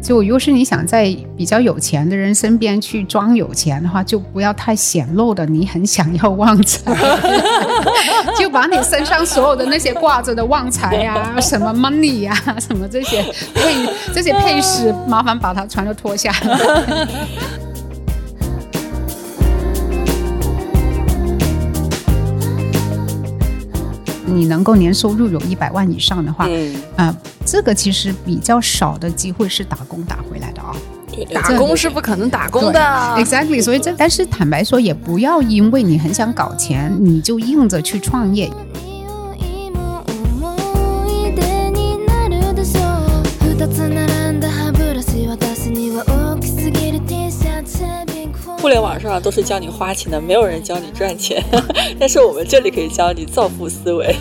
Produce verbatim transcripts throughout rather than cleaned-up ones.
就如果是你想在比较有钱的人身边去装有钱的话，就不要太显露的你很想要旺财就把你身上所有的那些挂着的旺财啊什么 money 啊什么这些配这些配饰麻烦把它全都脱下来你能够年收入有一百万以上的话、嗯呃、这个其实比较少的机会是打工打回来的啊、 哦，打工是不可能打工的 exactly 所以这但是坦白说也不要因为你很想搞钱你就硬着去创业。 互联网上都是教你花钱的，没有人教你赚钱但是我们这里可以教你造富思维。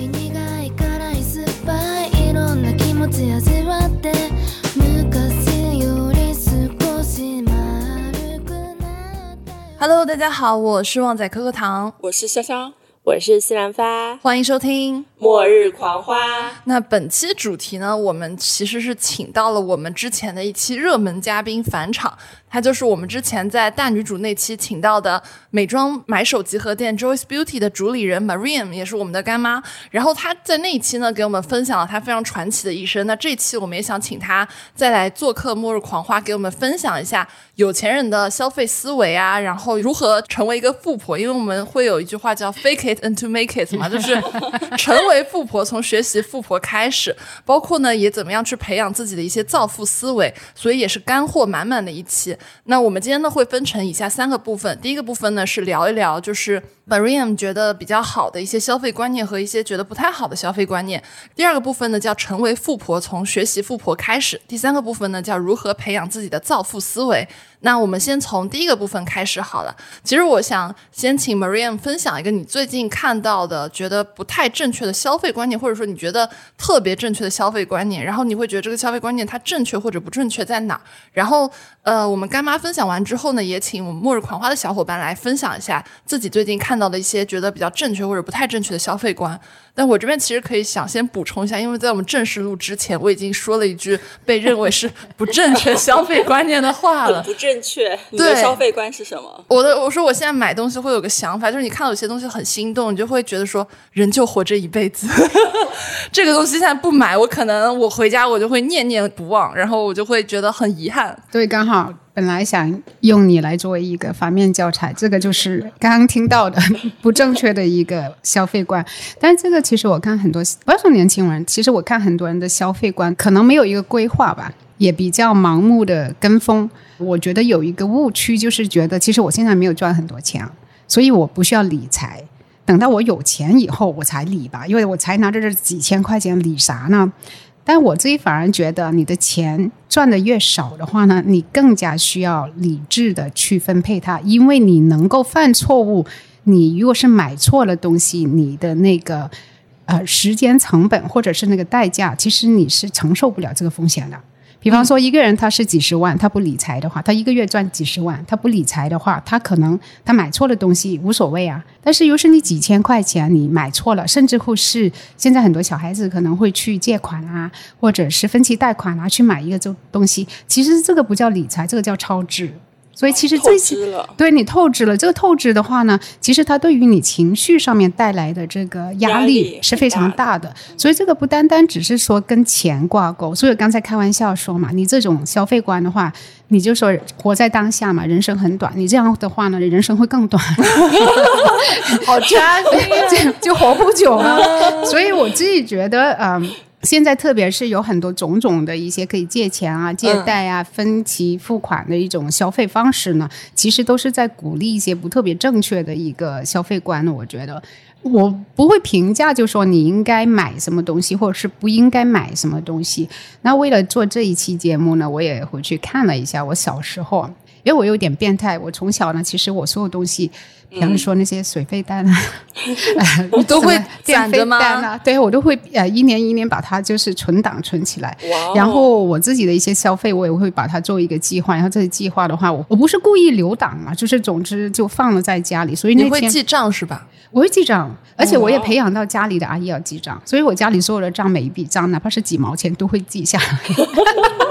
Hello， 大家好，我是旺仔可可糖， 我是潇潇， 我是西兰花， 欢迎收听末日狂花。 那本期主题呢，我们其实是请到了我们之前的一期热门嘉宾返场，他就是我们之前在大女主那期请到的美妆买手集合店 Joyce Beauty 的主理人 Mariam， 也是我们的干妈。然后他在那一期呢给我们分享了他非常传奇的一生，那这一期我们也想请他再来做客末日狂花，给我们分享一下有钱人的消费思维啊，然后如何成为一个富婆，因为我们会有一句话叫 fake it until make it 嘛，就是成为富婆从学习富婆开始，包括呢也怎么样去培养自己的一些造富思维，所以也是干货满满的一期。那我们今天呢会分成以下三个部分，第一个部分呢是聊一聊就是 Mariam 觉得比较好的一些消费观念和一些觉得不太好的消费观念，第二个部分呢叫成为富婆从学习富婆开始，第三个部分呢叫如何培养自己的造富思维。那我们先从第一个部分开始好了。其实我想先请 Mariam 分享一个你最近看到的觉得不太正确的消费观念，或者说你觉得特别正确的消费观念，然后你会觉得这个消费观念它正确或者不正确在哪，然后呃，我们干妈分享完之后呢，也请我们末日狂花的小伙伴来分享一下自己最近看到的一些觉得比较正确或者不太正确的消费观。但我这边其实可以想先补充一下，因为在我们正式录之前我已经说了一句被认为是不正确消费观念的话了不正确，你的消费观是什么？ 我的我说我现在买东西会有个想法，就是你看到有些东西很心动，你就会觉得说人就活这一辈子这个东西现在不买，我可能我回家我就会念念不忘，然后我就会觉得很遗憾。 对，刚好本来想用你来作为一个反面教材，这个就是刚刚听到的不正确的一个消费观。但是这个其实我看很多不要说年轻人，其实我看很多人的消费观可能没有一个规划吧，也比较盲目的跟风。我觉得有一个误区，就是觉得其实我现在没有赚很多钱，所以我不需要理财，等到我有钱以后我才理吧，因为我才拿着这几千块钱理啥呢？但我自己反而觉得你的钱赚的越少的话呢，你更加需要理智的去分配它，因为你能够犯错误，你如果是买错了东西，你的那个呃时间成本或者是那个代价，其实你是承受不了这个风险的。比方说一个人他是几十万，他不理财的话，他一个月赚几十万，他不理财的话，他可能他买错了东西无所谓啊。但是又是你几千块钱你买错了，甚至乎是现在很多小孩子可能会去借款啊，或者是分期贷款啊，去买一个这东西，其实这个不叫理财，这个叫超支。所以其实这些对你透支了，这个透支的话呢，其实它对于你情绪上面带来的这个压力是非常大的。所以这个不单单只是说跟钱挂钩，所以刚才开玩笑说嘛，你这种消费观的话，你就说活在当下嘛，人生很短，你这样的话呢，人生会更短好扎心就就活不久了。所以我自己觉得嗯现在特别是有很多种种的一些可以借钱啊、借贷啊、分期付款的一种消费方式呢，其实都是在鼓励一些不特别正确的一个消费观。我觉得我不会评价就说你应该买什么东西或者是不应该买什么东西。那为了做这一期节目呢，我也回去看了一下我小时候，因为我有点变态，我从小呢其实我所有东西比方说那些水费单啊、 嗯、你都会攒着吗？ 啊、对，我都会呃一年一年把它就是存档存起来，然后我自己的一些消费我也会把它做一个计划，然后这个计划的话我我不是故意留档嘛，就是总之就放了在家里。所以那你会记账是吧？ 我会记账，而且我也培养到家里的阿姨要记账，所以我家里所有的账每一笔账哪怕是几毛钱都会记下来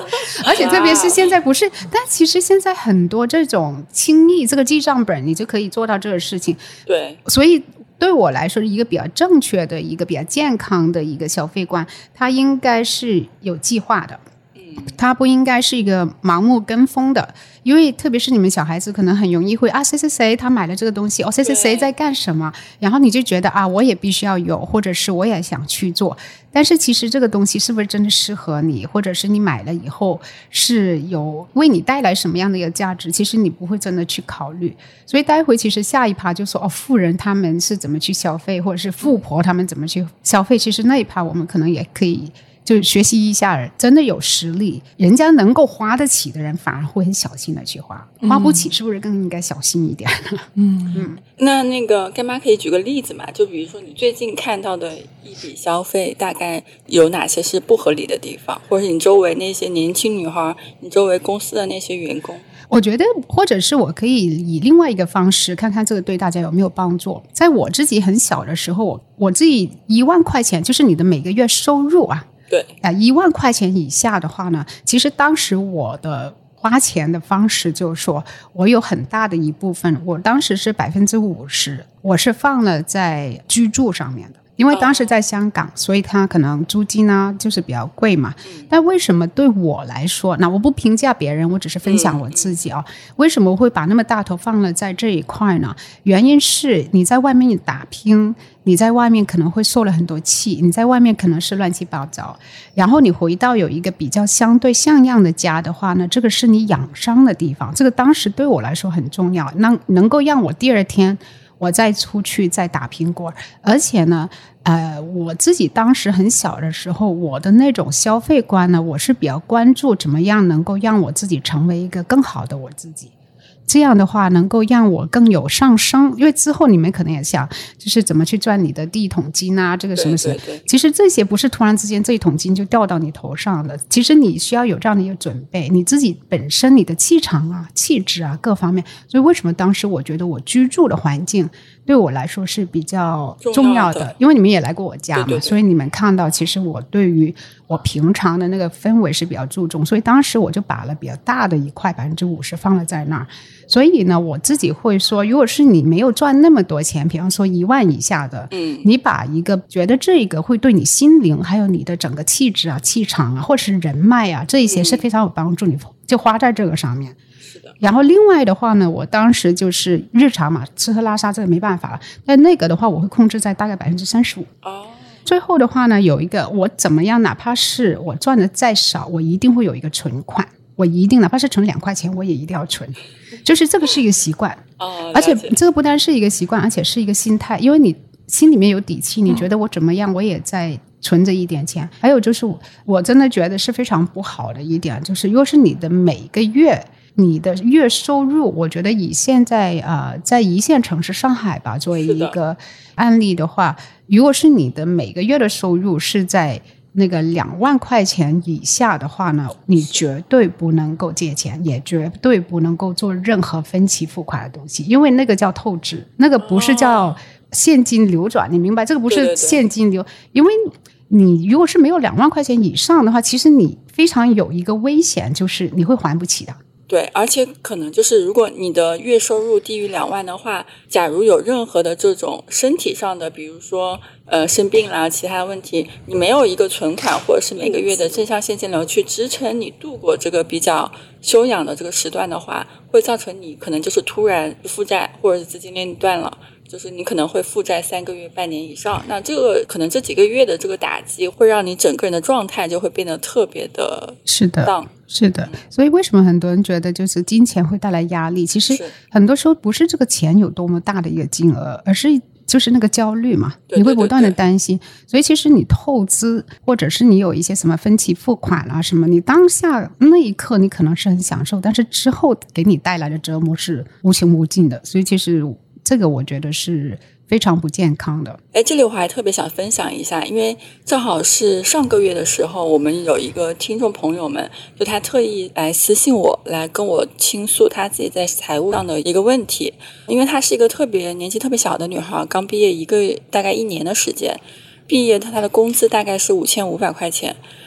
而且特别是现在不是，但其实现在很多这种轻易这个记账本你就可以做到这个事情。 对， 所以对我来说一个比较正确的一个比较健康的一个消费观，它应该是有计划的，它不应该是一个盲目跟风的。因为特别是你们小孩子可能很容易会啊，谁谁谁他买了这个东西，哦，谁谁谁在干什么，然后你就觉得啊，我也必须要有，或者是我也想去做。但是其实这个东西是不是真的适合你，或者是你买了以后是有为你带来什么样的一个价值，其实你不会真的去考虑。所以待会其实下一趴就说哦，富人他们是怎么去消费，或者是富婆他们怎么去消费，其实那一趴我们可能也可以就学习一下，真的有实力人家能够花得起的人反而会很小心的去花，花不起是不是更应该小心一点？ 嗯嗯， 那那个干妈可以举个例子嘛？就比如说你最近看到的一笔消费大概有哪些是不合理的地方，或者你周围那些年轻女孩，你周围公司的那些员工。 我觉得或者是我可以以另外一个方式看看这个对大家有没有帮助。在我自己很小的时候，我我自己一万块钱就是你的每个月收入啊， 对啊，一万块钱以下的话呢，其实当时我的花钱的方式就是说，我有很大的一部分，我当时是百分之五十，我是放了在居住上面的。因为当时在香港，所以它可能租金呢就是比较贵嘛。但为什么对我来说，那我不评价别人，我只是分享我自己啊。为什么会把那么大头放了在这一块呢？原因是你在外面打拼，你在外面可能会受了很多气，你在外面可能是乱七八糟，然后你回到有一个比较相对像样的家的话呢，这个是你养伤的地方，这个当时对我来说很重要，能能够让我第二天我再出去再打拼过。而且呢呃，我自己当时很小的时候，我的那种消费观呢，我是比较关注怎么样能够让我自己成为一个更好的我自己，这样的话能够让我更有上升。因为之后你们可能也想就是怎么去赚你的第一桶金啊，这个什么什么，其实这些不是突然之间这一桶金就掉到你头上的，其实你需要有这样的一个准备，你自己本身你的气场啊气质啊各方面。所以为什么当时我觉得我居住的环境对我来说是比较重要的， 重要的因为你们也来过我家嘛， 对对对， 所以你们看到其实我对于我平常的那个氛围是比较注重，所以当时我就把了比较大的一块百分之五十放了在那儿。所以呢我自己会说，如果是你没有赚那么多钱，比方说一万以下的，嗯，你把一个觉得这个会对你心灵还有你的整个气质啊气场啊或者是人脉啊这一些是非常有帮助，你就花在这个上面。然后另外的话呢，我当时就是日常嘛，吃喝拉撒这个没办法了，但那个的话我会控制在大概百分之三十五。哦，最后的话呢，有一个我怎么样，哪怕是我赚的再少，我一定会有一个存款，我一定哪怕是存两块钱，我也一定要存，就是这个是一个习惯。哦，而且这个不单是一个习惯，而且是一个心态，因为你心里面有底气，你觉得我怎么样，我也在存着一点钱。还有就是我真的觉得是非常不好的一点，就是如果是你的每个月你的月收入，我觉得以现在呃在一线城市上海吧作为一个案例的话，如果是你的每个月的收入是在那个两万块钱以下的话呢，你绝对不能够借钱，也绝对不能够做任何分期付款的东西，因为那个叫透支，那个不是叫现金流转，你明白？这个不是现金流，对对对，因为你如果是没有两万块钱以上的话，其实你非常有一个危险，就是你会还不起的。 对，而且可能就是如果你的月收入低于两万的话，假如有任何的这种身体上的，比如说呃生病啦其他问题，你没有一个存款或者是每个月的正向现金流去支撑你度过这个比较休养的这个时段的话，会造成你可能就是突然负债，或者是资金链断了，就是你可能会负债三个月半年以上。那这个可能这几个月的这个打击会让你整个人的状态就会变得特别的是的 down。 是的，所以为什么很多人觉得就是金钱会带来压力，其实很多时候不是这个钱有多么大的一个金额，而是就是那个焦虑嘛， 对对对对， 你会不断的担心。所以其实你透支或者是你有一些什么分期付款啊什么，你当下那一刻你可能是很享受，但是之后给你带来的折磨是无穷无尽的。所以其实这个我觉得是非常不健康的。 哎，这里我还特别想分享一下，因为正好是上个月的时候，我们有一个听众朋友们，就他特意来私信我，来跟我倾诉他自己在财务上的一个问题。因为她是一个特别年纪特别小的女孩，刚毕业一个大概一年的时间，毕业她的工资大概是五千五百块钱，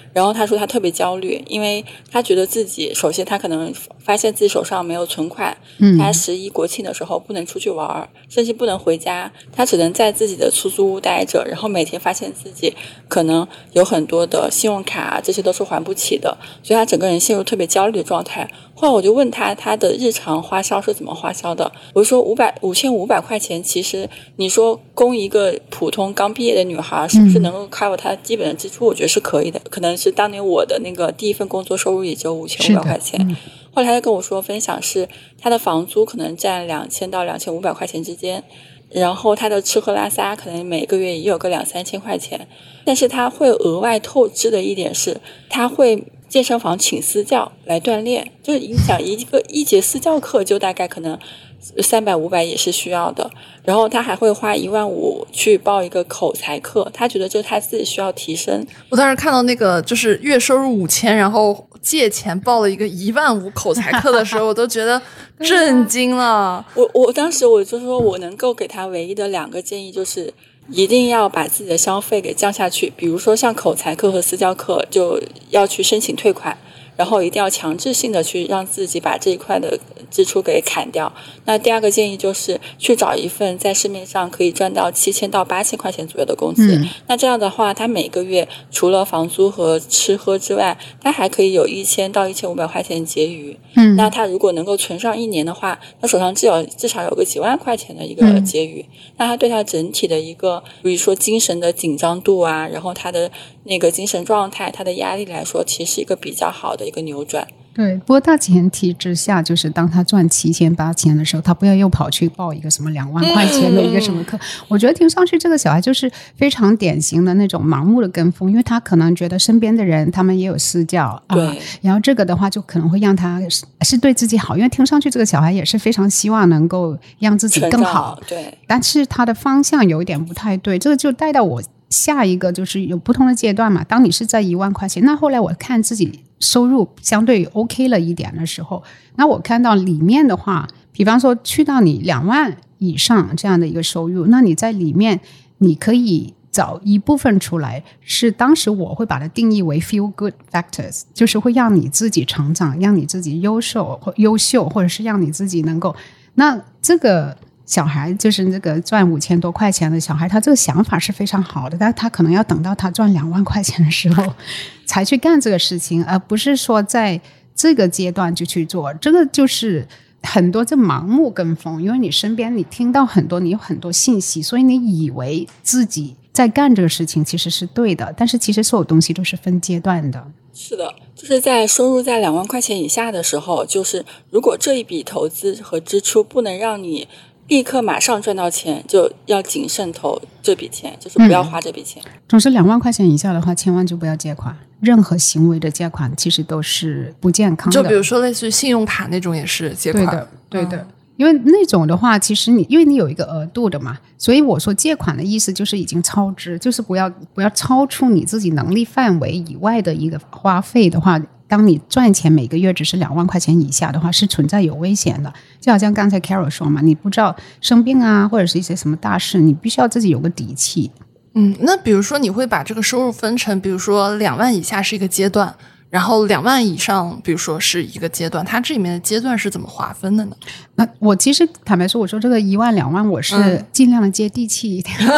然后他说他特别焦虑，因为他觉得自己首先他可能发现自己手上没有存款，嗯，他十一国庆的时候不能出去玩，甚至不能回家，他只能在自己的出租屋待着，然后每天发现自己可能有很多的信用卡这些都是还不起的，所以他整个人陷入特别焦虑的状态。后来我就问他他的日常花销是怎么花销的，我就说五百五千五百块钱，其实你说供一个普通刚毕业的女孩是不是能够 cover 她基本的支出，我觉得是可以的，可能是当年我的那个第一份工作收入也就五千五百块钱、嗯、后来他就跟我说分享是他的房租可能占两千到两千五百块钱之间，然后他的吃喝拉撒可能每个月也有个两三千块钱，但是他会额外透支的一点是他会健身房请私教来锻炼，就是你想一个一节私教课就大概可能三百五百也是需要的，然后他还会花一万五去报一个口才课，他觉得这是他自己需要提升。 我当时看到那个就是月收入五千，然后借钱报了一个一万五口才课的时候，我都觉得震惊了。 我我当时我就说我能够给他唯一的两个建议就是一定要把自己的消费给降下去，比如说像口才课和私教课就要去申请退款，然后一定要强制性的去让自己把这一块的支出给砍掉。那第二个建议就是去找一份在市面上可以赚到七千到八千块钱左右的工资、嗯、那这样的话他每个月除了房租和吃喝之外，他还可以有一千到一千五百块钱结余。嗯，那他如果能够存上一年的话，他手上至少至少有个几万块钱的一个结余、嗯、那他对他整体的一个比如说精神的紧张度啊，然后他的那个精神状态，他的压力来说其实是一个比较好的一个扭转。 对，不过大前提之下，就是当他赚七千八千的时候，他不要又跑去报一个什么两万块钱的一个什么课、嗯、我觉得听上去这个小孩就是非常典型的那种盲目的跟风，因为他可能觉得身边的人他们也有私教， 对、 啊、然后这个的话就可能会让他是对自己好，因为听上去这个小孩也是非常希望能够让自己更好， 对， 但是他的方向有一点不太对，这个就带到我下一个就是有不同的阶段嘛。当你是在一万块钱，那后来我看自己收入相对 OK 了一点的时候，那我看到里面的话，比方说去到你两万以上这样的一个收入，那你在里面你可以找一部分出来，是当时我会把它定义为 feel good factors， 就是会让你自己成长，让你自己优秀或优秀，或者是让你自己能够，那这个小孩就是那个赚五千多块钱的小孩，他这个想法是非常好的，但他可能要等到他赚两万块钱的时候才去干这个事情，而不是说在这个阶段就去做。这个就是很多这盲目跟风，因为你身边你听到很多，你有很多信息，所以你以为自己在干这个事情其实是对的，但是其实所有东西都是分阶段的。 是的，就是在收入在两万块钱以下的时候，就是如果这一笔投资和支出不能让你立刻马上赚到钱，就要谨慎投这笔钱，就是不要花这笔钱、嗯、 总之两万块钱以下的话千万就不要借款，任何行为的借款其实都是不健康的， 就比如说类似于信用卡那种也是借款， 对的对的、嗯，因为那种的话其实你因为你有一个额度的嘛，所以我说借款的意思就是已经超支，就是不要不要超出你自己能力范围以外的一个花费的话，当你赚钱每个月只是两万块钱以下的话是存在有危险的，就好像刚才 Carol 说嘛，你不知道生病啊或者是一些什么大事，你必须要自己有个底气。 嗯，那比如说你会把这个收入分成比如说两万以下是一个阶段，然后两万以上比如说是一个阶段，它这里面的阶段是怎么划分的呢？ 那我其实坦白说，我说这个一万两万我是尽量的接地气一点、嗯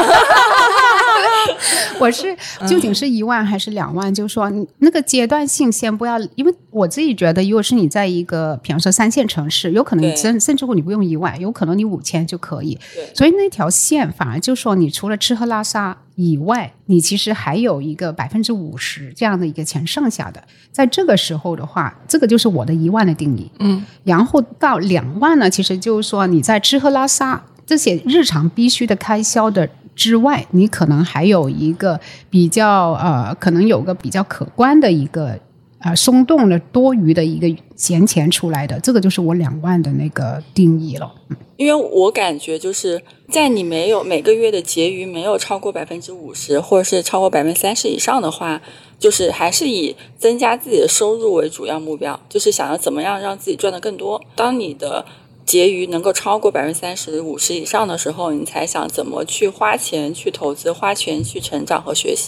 我是究竟是一万还是两万、嗯、就是说那个阶段性先不要，因为我自己觉得如果是你在一个比方说三线城市，有可能甚甚至乎你不用一万，有可能你五千就可以，所以那条线反而就说你除了吃喝拉撒以外，你其实还有一个百分之五十这样的一个钱剩下的，在这个时候的话，这个就是我的一万的定义。嗯，然后到两万呢，其实就是说你在吃喝拉撒这些日常必须的开销的之外，你可能还有一个比较呃，可能有个比较可观的一个呃松动的多余的一个闲钱出来的，这个就是我两万的那个定义了。嗯， 因为我感觉就是在你没有每个月的结余没有超过百分之五十，或者是超过百分之三十以上的话，就是还是以增加自己的收入为主要目标，就是想要怎么样让自己赚得更多。当你的结余能够超过百分之三十、五十以上的时候，你才想怎么去花钱去投资，花钱去成长和学习。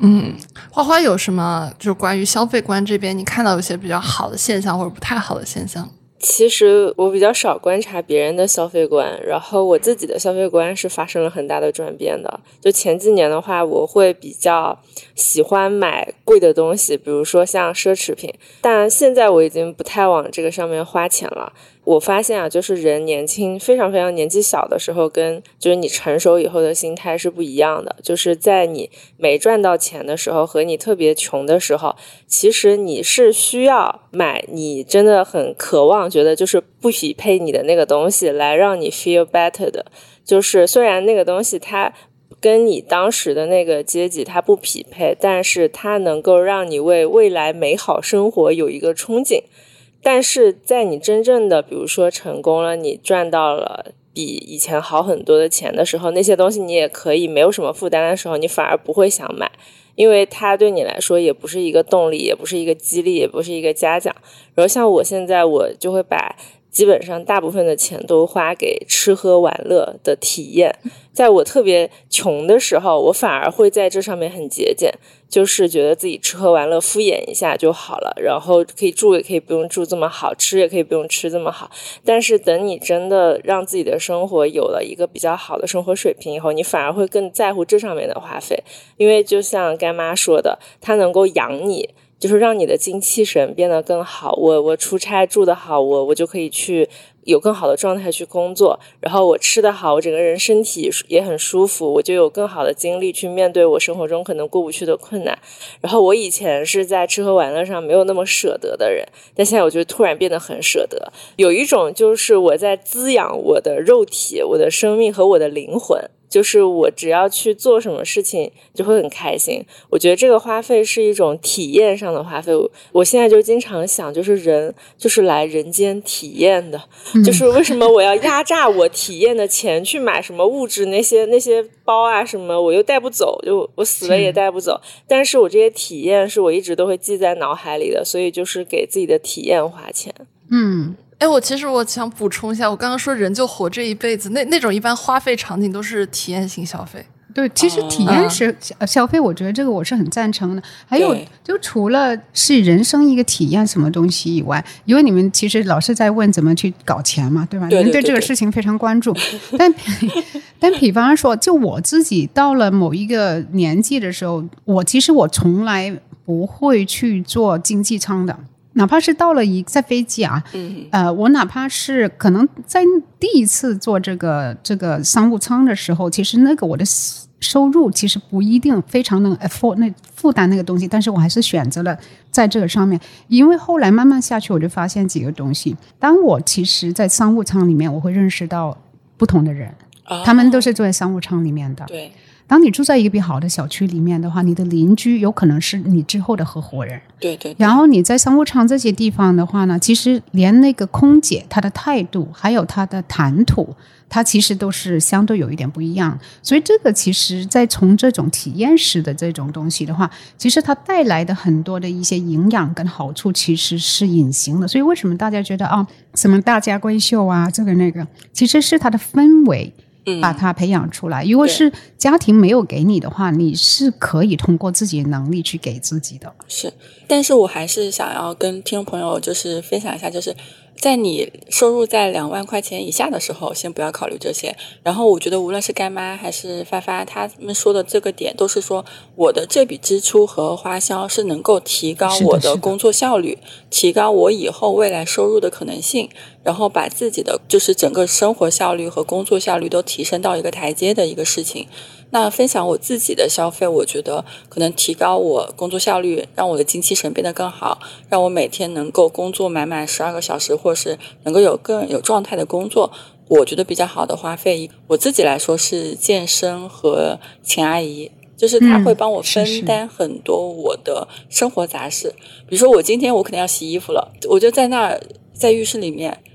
嗯，花花有什么就是关于消费观这边你看到有些比较好的现象或者不太好的现象？ 其实我比较少观察别人的消费观，然后我自己的消费观是发生了很大的转变的。就前几年的话，我会比较喜欢买贵的东西，比如说像奢侈品，但现在我已经不太往这个上面花钱了。我发现啊，就是人年轻非常非常年纪小的时候跟就是你成熟以后的心态是不一样的，就是在你没赚到钱的时候和你特别穷的时候，其实你是需要买你真的很渴望觉得就是不匹配你的那个东西来让你 feel better 的。就是虽然那个东西它跟你当时的那个阶级它不匹配，但是它能够让你为未来美好生活有一个憧憬。但是在你真正的比如说成功了，你赚到了比以前好很多的钱的时候，那些东西你也可以没有什么负担的时候，你反而不会想买，因为它对你来说也不是一个动力，也不是一个激励，也不是一个嘉奖。然后像我现在我就会把基本上大部分的钱都花给吃喝玩乐的体验。在我特别穷的时候，我反而会在这上面很节俭，就是觉得自己吃喝玩乐敷衍一下就好了，然后可以住也可以不用住这么好，吃也可以不用吃这么好。但是等你真的让自己的生活有了一个比较好的生活水平以后，你反而会更在乎这上面的花费。因为就像干妈说的，它能够养你，就是让你的精气神变得更好。我我出差住得好，我我就可以去有更好的状态去工作，然后我吃得好，我整个人身体也很舒服，我就有更好的精力去面对我生活中可能过不去的困难。然后我以前是在吃喝玩乐上没有那么舍得的人，但现在我就突然变得很舍得。有一种就是我在滋养我的肉体，我的生命和我的灵魂，就是我只要去做什么事情就会很开心。我觉得这个花费是一种体验上的花费。我现在就经常想，就是人就是来人间体验的，嗯、就是为什么我要压榨我体验的钱去买什么物质，那些那些包啊什么我又带不走，就我死了也带不走。但是我这些体验是我一直都会记在脑海里的，所以就是给自己的体验花钱。 嗯。 哎，我其实我想补充一下，我刚刚说人就活这一辈子，那那种一般花费场景都是体验型消费。 对，其实体验式消费，我觉得这个我是很赞成的。还有，就除了是人生一个体验什么东西以外，因为你们其实老是在问怎么去搞钱嘛，对吧？ 对对对对， 你们对这个事情非常关注。但但比方说，就我自己到了某一个年纪的时候，我其实我从来不会去做经济舱的。哪怕是到了一在飞机啊，嗯，呃，我哪怕是可能在第一次做这个这个商务舱的时候，其实那个我的收入其实不一定非常能 afford 那负担那个东西，但是我还是选择了在这个上面，因为后来慢慢下去，我就发现几个东西。当我其实，在商务舱里面，我会认识到不同的人，哦、他们都是住在商务舱里面的， 对。 当你住在一个比较好的小区里面的话，你的邻居有可能是你之后的合伙人。 对 对, 对。 然后你在商务舱这些地方的话呢，其实连那个空姐她的态度，还有她的谈吐，它其实都是相对有一点不一样。所以这个其实在从这种体验式的这种东西的话，其实它带来的很多的一些营养跟好处其实是隐形的。所以为什么大家觉得啊，什么大家闺秀啊，这个那个，其实是它的氛围把它培养出来。如果是家庭没有给你的话，你是可以通过自己的能力去给自己的。 是，但是我还是想要跟听众朋友就是分享一下，就是在你收入在两万块钱以下的时候，先不要考虑这些。然后我觉得无论是干妈还是发发，他们说的这个点都是说，我的这笔支出和花销是能够提高我的工作效率，提高我以后未来收入的可能性，然后把自己的就是整个生活效率和工作效率都提升到一个台阶的一个事情。那分享我自己的消费，我觉得可能提高我工作效率，让我的精气神变得更好，让我每天能够工作满满十二个小时，或是能够有更有状态的工作。我觉得比较好的花费，我自己来说是健身和请阿姨，就是他会帮我分担很多我的生活杂事。嗯、比如说我今天我可能要洗衣服了，我就在那儿在浴室里面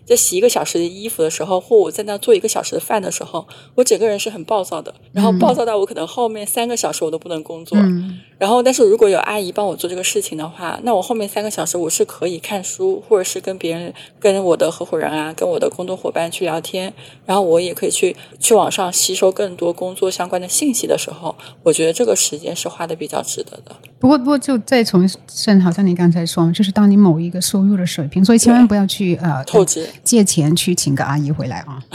在洗一个小时的衣服的时候，或我在那做一个小时的饭的时候，我整个人是很暴躁的，然后暴躁到我可能后面三个小时我都不能工作、嗯、然后但是如果有阿姨帮我做这个事情的话，那我后面三个小时我是可以看书，或者是跟别人跟我的合伙人啊，跟我的工作伙伴去聊天，然后我也可以去去网上吸收更多工作相关的信息的时候，我觉得这个时间是花的比较值得的。 不过不过就再重申，好像你刚才说，就是当你某一个收入的水平，所以千万不要去呃透支借钱去请个阿姨回来啊。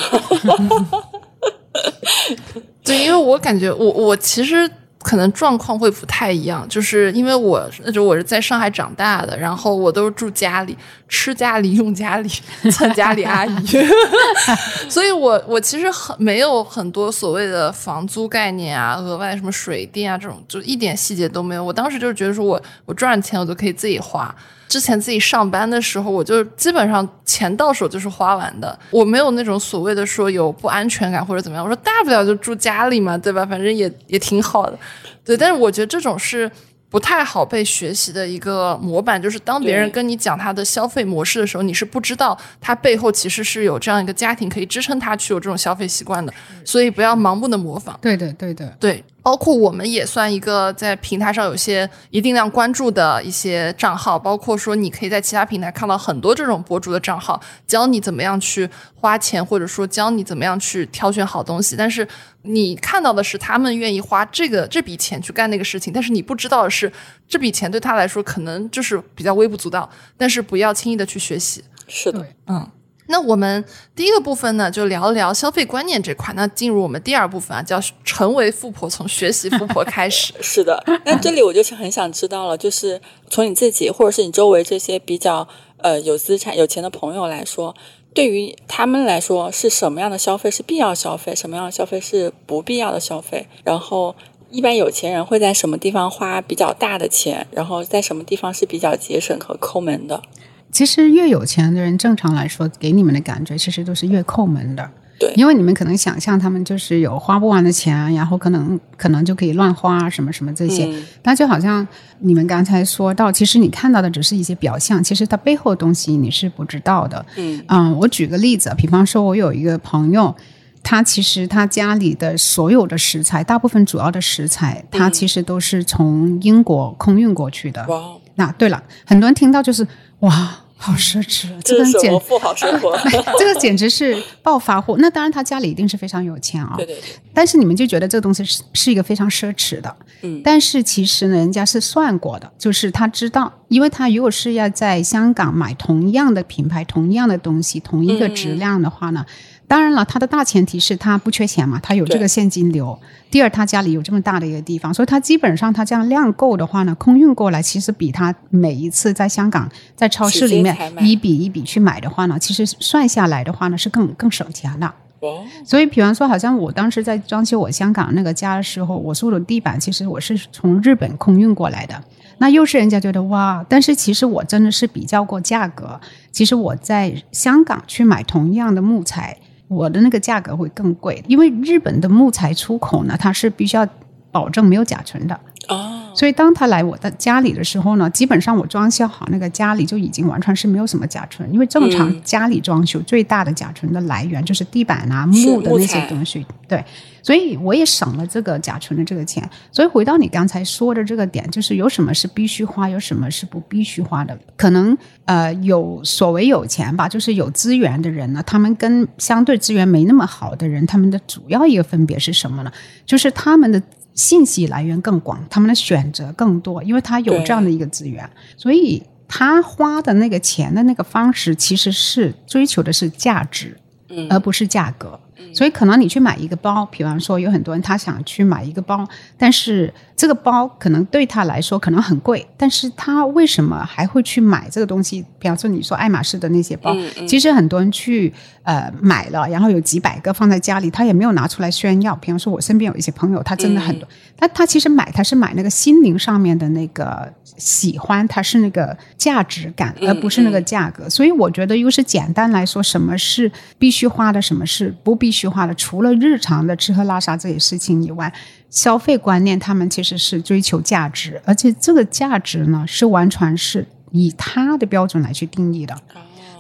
对，因为我感觉我我其实可能状况会不太一样，就是因为我就我是在上海长大的，然后我都是住家里，吃家里用家里蹭家里阿姨所以我我其实很没有很多所谓的房租概念啊，额外什么水电啊这种，就一点细节都没有。我当时就是觉得说我我赚钱我都可以自己花，之前自己上班的时候，我就基本上钱到手就是花完的，我没有那种所谓的说有不安全感或者怎么样。我说大不了就住家里嘛，对吧？反正也也挺好的，对。但是我觉得这种是不太好被学习的一个模板，就是当别人跟你讲他的消费模式的时候，你是不知道他背后其实是有这样一个家庭可以支撑他去有这种消费习惯的，所以不要盲目的模仿。 对的，对的， 对。包括我们也算一个在平台上有些一定量关注的一些账号，包括说你可以在其他平台看到很多这种博主的账号，教你怎么样去花钱，或者说教你怎么样去挑选好东西。但是你看到的是他们愿意花这个这笔钱去干那个事情，但是你不知道的是这笔钱对他来说可能就是比较微不足道，但是不要轻易的去学习。 是的， 嗯。那我们第一个部分呢，就聊一聊消费观念这块。那进入我们第二部分啊，叫成为富婆，从学习富婆开始。 是的，那这里我就很想知道了，就是从你自己或者是你周围这些比较呃有资产、有钱的朋友来说，对于他们来说，是什么样的消费是必要消费，什么样的消费是不必要的消费？然后一般有钱人会在什么地方花比较大的钱，然后在什么地方是比较节省和抠门的？ 其实越有钱的人正常来说给你们的感觉其实都是越抠门的。 对， 因为你们可能想象他们就是有花不完的钱，然后可能可能就可以乱花什么什么这些、嗯、但就好像你们刚才说到，其实你看到的只是一些表象，其实它背后的东西你是不知道的。嗯嗯，我举个例子，比方说我有一个朋友，他其实他家里的所有的食材，大部分主要的食材他其实都是从英国空运过去的。哇、嗯，那对了，很多人听到就是哇好奢侈， 这个简富豪生活这个简直是暴发户。那当然他家里一定是非常有钱啊， 对对对。 但是你们就觉得这个东西是是一个非常奢侈的，嗯。但是其实呢，人家是算过的，就是他知道，因为他如果是要在香港买同样的品牌、同样的东西、同一个质量的话呢，嗯、当然了，他的大前提是他不缺钱嘛，他有这个现金流。第二，他家里有这么大的一个地方，所以他基本上他这样量购的话呢，空运过来其实比他每一次在香港在超市里面一笔一笔去买的话呢，其实算下来的话呢是更更省钱的。哦、所以比方说好像我当时在装修我香港那个家的时候，我所有的地板其实我是从日本空运过来的，那又是人家觉得哇，但是其实我真的是比较过价格，其实我在香港去买同样的木材，我的那个价格会更贵，因为日本的木材出口呢，它是必须要保证没有甲醇的。哦，所以当他来我的家里的时候呢，基本上我装修好那个家里就已经完全是没有什么甲醇，因为正常家里装修最大的甲醇的来源就是地板啊、木的那些东西，对，所以我也省了这个甲醇的这个钱。所以回到你刚才说的这个点，就是有什么是必须花，有什么是不必须花的。可能呃有所谓有钱吧，就是有资源的人呢，他们跟相对资源没那么好的人，他们的主要一个分别是什么呢？就是他们的信息来源更广，他们的选择更多，因为他有这样的一个资源，所以他花的那个钱的那个方式其实是追求的是价值、嗯、而不是价格。所以可能你去买一个包，比方说有很多人他想去买一个包，但是这个包可能对他来说可能很贵，但是他为什么还会去买这个东西？比方说你说爱马仕的那些包、嗯嗯、其实很多人去呃买了，然后有几百个放在家里，他也没有拿出来炫耀。比方说我身边有一些朋友，他真的很多、嗯、他他其实买他是买那个心灵上面的那个喜欢，他是那个价值感而不是那个价格、嗯嗯、所以我觉得又是简单来说，什么是必须花的，什么是不必须花的，除了日常的吃喝拉撒这些事情以外，消费观念他们其实是追求价值，而且这个价值呢是完全是以他的标准来去定义的。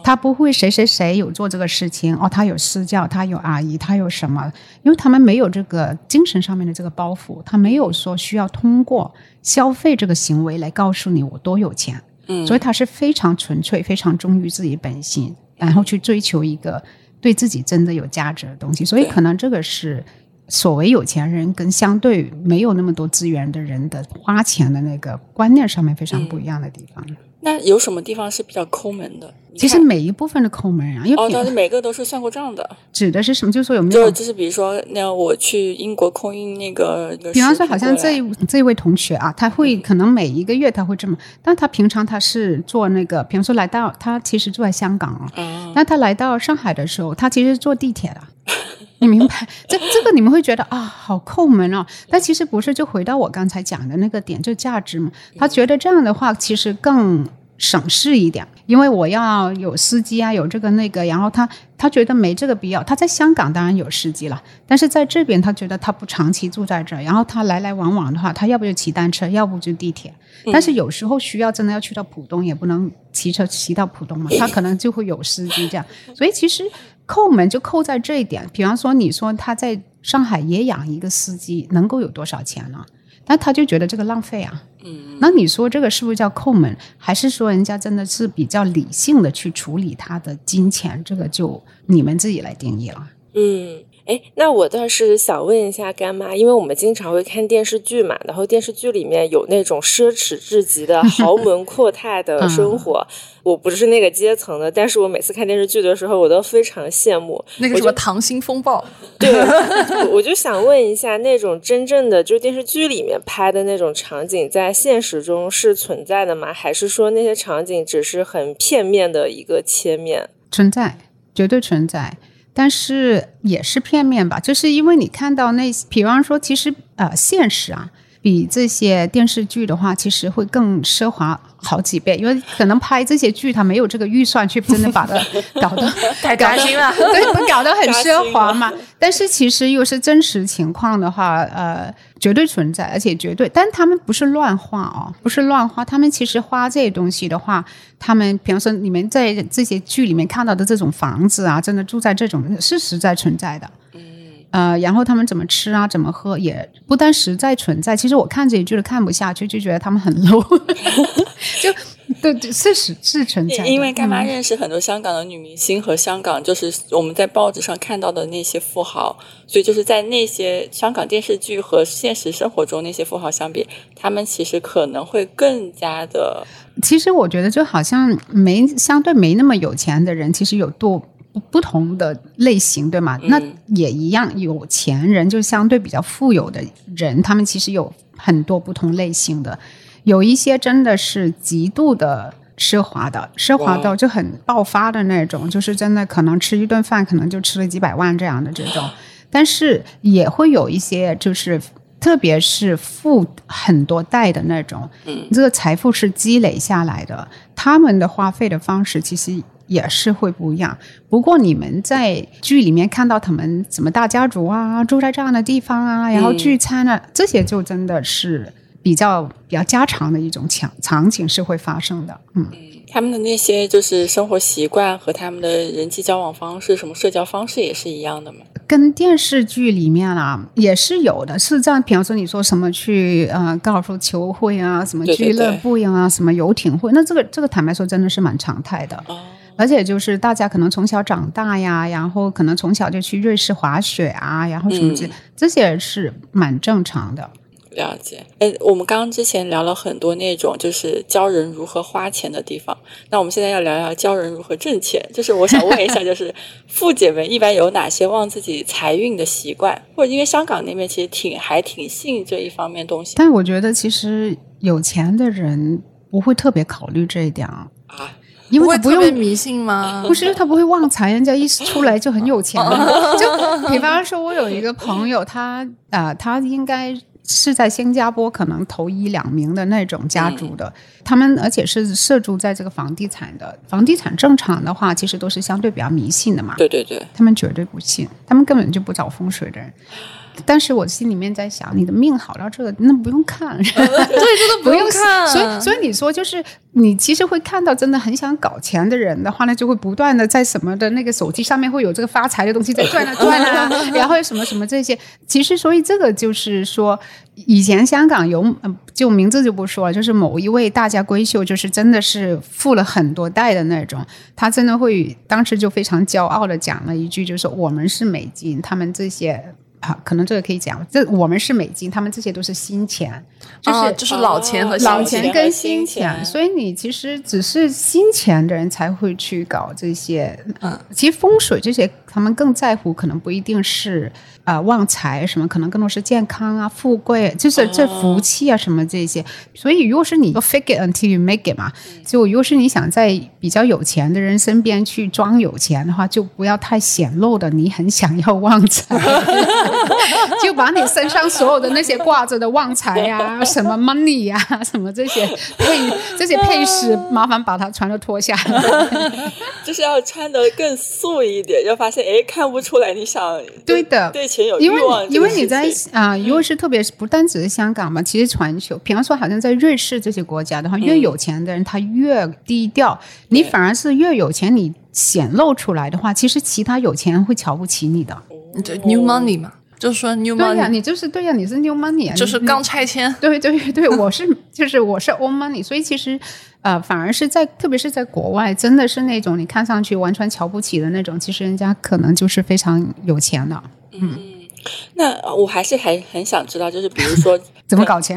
他不会谁谁谁有做这个事情哦，他有私教，他有阿姨，他有什么，因为他们没有这个精神上面的这个包袱，他没有说需要通过消费这个行为来告诉你我多有钱，嗯，所以他是非常纯粹非常忠于自己本心，然后去追求一个对自己真的有价值的东西，所以可能这个是所谓有钱人跟相对没有那么多资源的人的花钱的那个观念上面非常不一样的地方。嗯， 那有什么地方是比较抠门的？ 其实每一部分的抠门啊，因为哦，但是每个都是算过账的。 指的是什么？就是说有没有？ 就就是比如说，那我去英国空运那个， 比方说，好像这一这位同学啊，他会可能每一个月他会这么，但他平常他是做那个，比方说来到他其实住在香港啊，嗯，但他来到上海的时候，他其实坐地铁的。你明白这这个你们会觉得啊好抠门哦，但其实不是，就回到我刚才讲的那个点，就价值嘛。他觉得这样的话其实更省事一点，因为我要有司机啊，有这个那个，然后他他觉得没这个必要。他在香港当然有司机了，但是在这边他觉得他不长期住在这儿，然后他来来往往的话，他要不就骑单车，要不就地铁。但是有时候需要真的要去到浦东，也不能骑车骑到浦东嘛，他可能就会有司机这样。所以其实抠门就抠在这一点，比方说你说他在上海也养一个司机，能够有多少钱呢？但他就觉得这个浪费啊。嗯，那你说这个是不是叫抠门？还是说人家真的是比较理性的去处理他的金钱？这个就你们自己来定义了。 嗯。哎，那我倒是想问一下干妈，因为我们经常会看电视剧嘛，然后电视剧里面有那种奢侈至极的豪门阔太的生活、嗯、我不是那个阶层的，但是我每次看电视剧的时候我都非常羡慕。 那个什么溏心风暴， 对，我就想问一下，那种真正的就是电视剧里面拍的那种场景在现实中是存在的吗？还是说那些场景只是很片面的一个切面？ 存在，绝对存在，但是也是片面吧，就是因为你看到那，比方说其实呃现实啊比这些电视剧的话其实会更奢华好几倍，因为可能拍这些剧他没有这个预算去真的把它搞得太扎心了， 对，搞得很奢华嘛。但是其实又是真实情况的话呃绝对存在，而且绝对，但他们不是乱画哦，不是乱画，他们其实画这些东西的话，他们比方说你们在这些剧里面看到的这种房子啊，真的住在这种是实在存在的。呃，然后他们怎么吃啊怎么喝也不但实在存在，其实我看这一剧都看不下去，就觉得他们很 low 就对对是是是存在的。 因为干妈认识很多香港的女明星和香港就是我们在报纸上看到的那些富豪，所以就是在那些香港电视剧和现实生活中那些富豪相比，他们其实可能会更加的， 其实我觉得就好像没相对没那么有钱的人其实有多不同的类型，对吗？嗯、那也一样，有钱人就相对比较富有的人，他们其实有很多不同类型的，有一些真的是极度的奢华的，奢华到就很爆发的那种，就是真的可能吃一顿饭可能就吃了几百万这样的这种，但是也会有一些就是特别是富很多代的那种，嗯，这个财富是积累下来的，他们的花费的方式其实也是会不一样。不过你们在剧里面看到他们什么大家族啊，住在这样的地方啊，然后聚餐啊、嗯、这些就真的是比较比较家常的一种场场景是会发生的。嗯， 他们的那些就是生活习惯和他们的人际交往方式，什么社交方式也是一样的吗？ 跟电视剧里面啊也是有的，是这样。比方说你说什么去呃高尔夫球会啊，什么俱乐部呀、啊，对对对，什么游艇会，那这个这个坦白说真的是蛮常态的。哦，而且就是大家可能从小长大呀，然后可能从小就去瑞士滑雪啊，然后什么之类、嗯、这些是蛮正常的。 了解。哎，我们刚刚之前聊了很多那种就是教人如何花钱的地方，那我们现在要聊聊教人如何挣钱。就是我想问一下，就是富姐们一般有哪些旺自己财运的习惯？或者因为香港那边其实挺还挺信这一方面东西， 但我觉得其实有钱的人不会特别考虑这一点啊。 啊， 因为他不用不会特别迷信吗？ 不是，他不会旺财，人家一出来就很有钱了。就比方说我有一个朋友，他啊、呃，他应该是在新加坡可能头一两名的那种家族的，嗯、他们而且是涉足在这个房地产的。房地产正常的话，其实都是相对比较迷信的嘛。 对对对， 他们绝对不信，他们根本就不找风水的人。但是我心里面在想，你的命好到这个，那不用看，对， 这都不用看。 所以，所以你说就是你其实会看到，真的很想搞钱的人的话呢，就会不断的在什么的那个手机上面会有这个发财的东西在转啊转啊，然后什么什么这些。其实，所以这个就是说，以前香港有，就名字就不说了，就是某一位大家闺秀，就是真的是富了很多代的那种，他真的会当时就非常骄傲的讲了一句，就是我们是美金，他们这些。啊，可能这个可以讲，这我们是美金，他们这些都是新钱，就是、 哦、就是老钱和新老钱跟新钱， 钱，所以你其实只是新钱的人才会去搞这些。嗯，其实风水这些他们更在乎，可能不一定是呃旺财什么，可能更多是健康啊、富贵，就是这福气啊什么这些。所以如果是你 fake it until you make it 嘛，就如果是你想在比较有钱的人身边去装有钱的话，就不要太显露的你很想要旺财。就把你身上所有的那些挂着的旺财啊什么 money 啊什么这些配这些配饰麻烦把它全都脱下来， 就是要穿得更素一点，就发现哎看不出来你想对的对钱有欲望。 因为因为你在啊、呃，如果是特别不单只是香港嘛，其实全球比方说好像在瑞士这些国家的话，越有钱的人他越低调、嗯、你反而是越有钱你显露出来的话，其实其他有钱人会瞧不起你的。 对 new money 嘛，就是说 new money， 对呀、啊，你就是对呀、啊，你是 new money，、啊、 就是刚拆迁。 对对对，我是就是我是 old money， 所以其实呃，反而是在特别是在国外，真的是那种你看上去完全瞧不起的那种，其实人家可能就是非常有钱的。嗯， 那我还是还很想知道，就是比如说怎么搞钱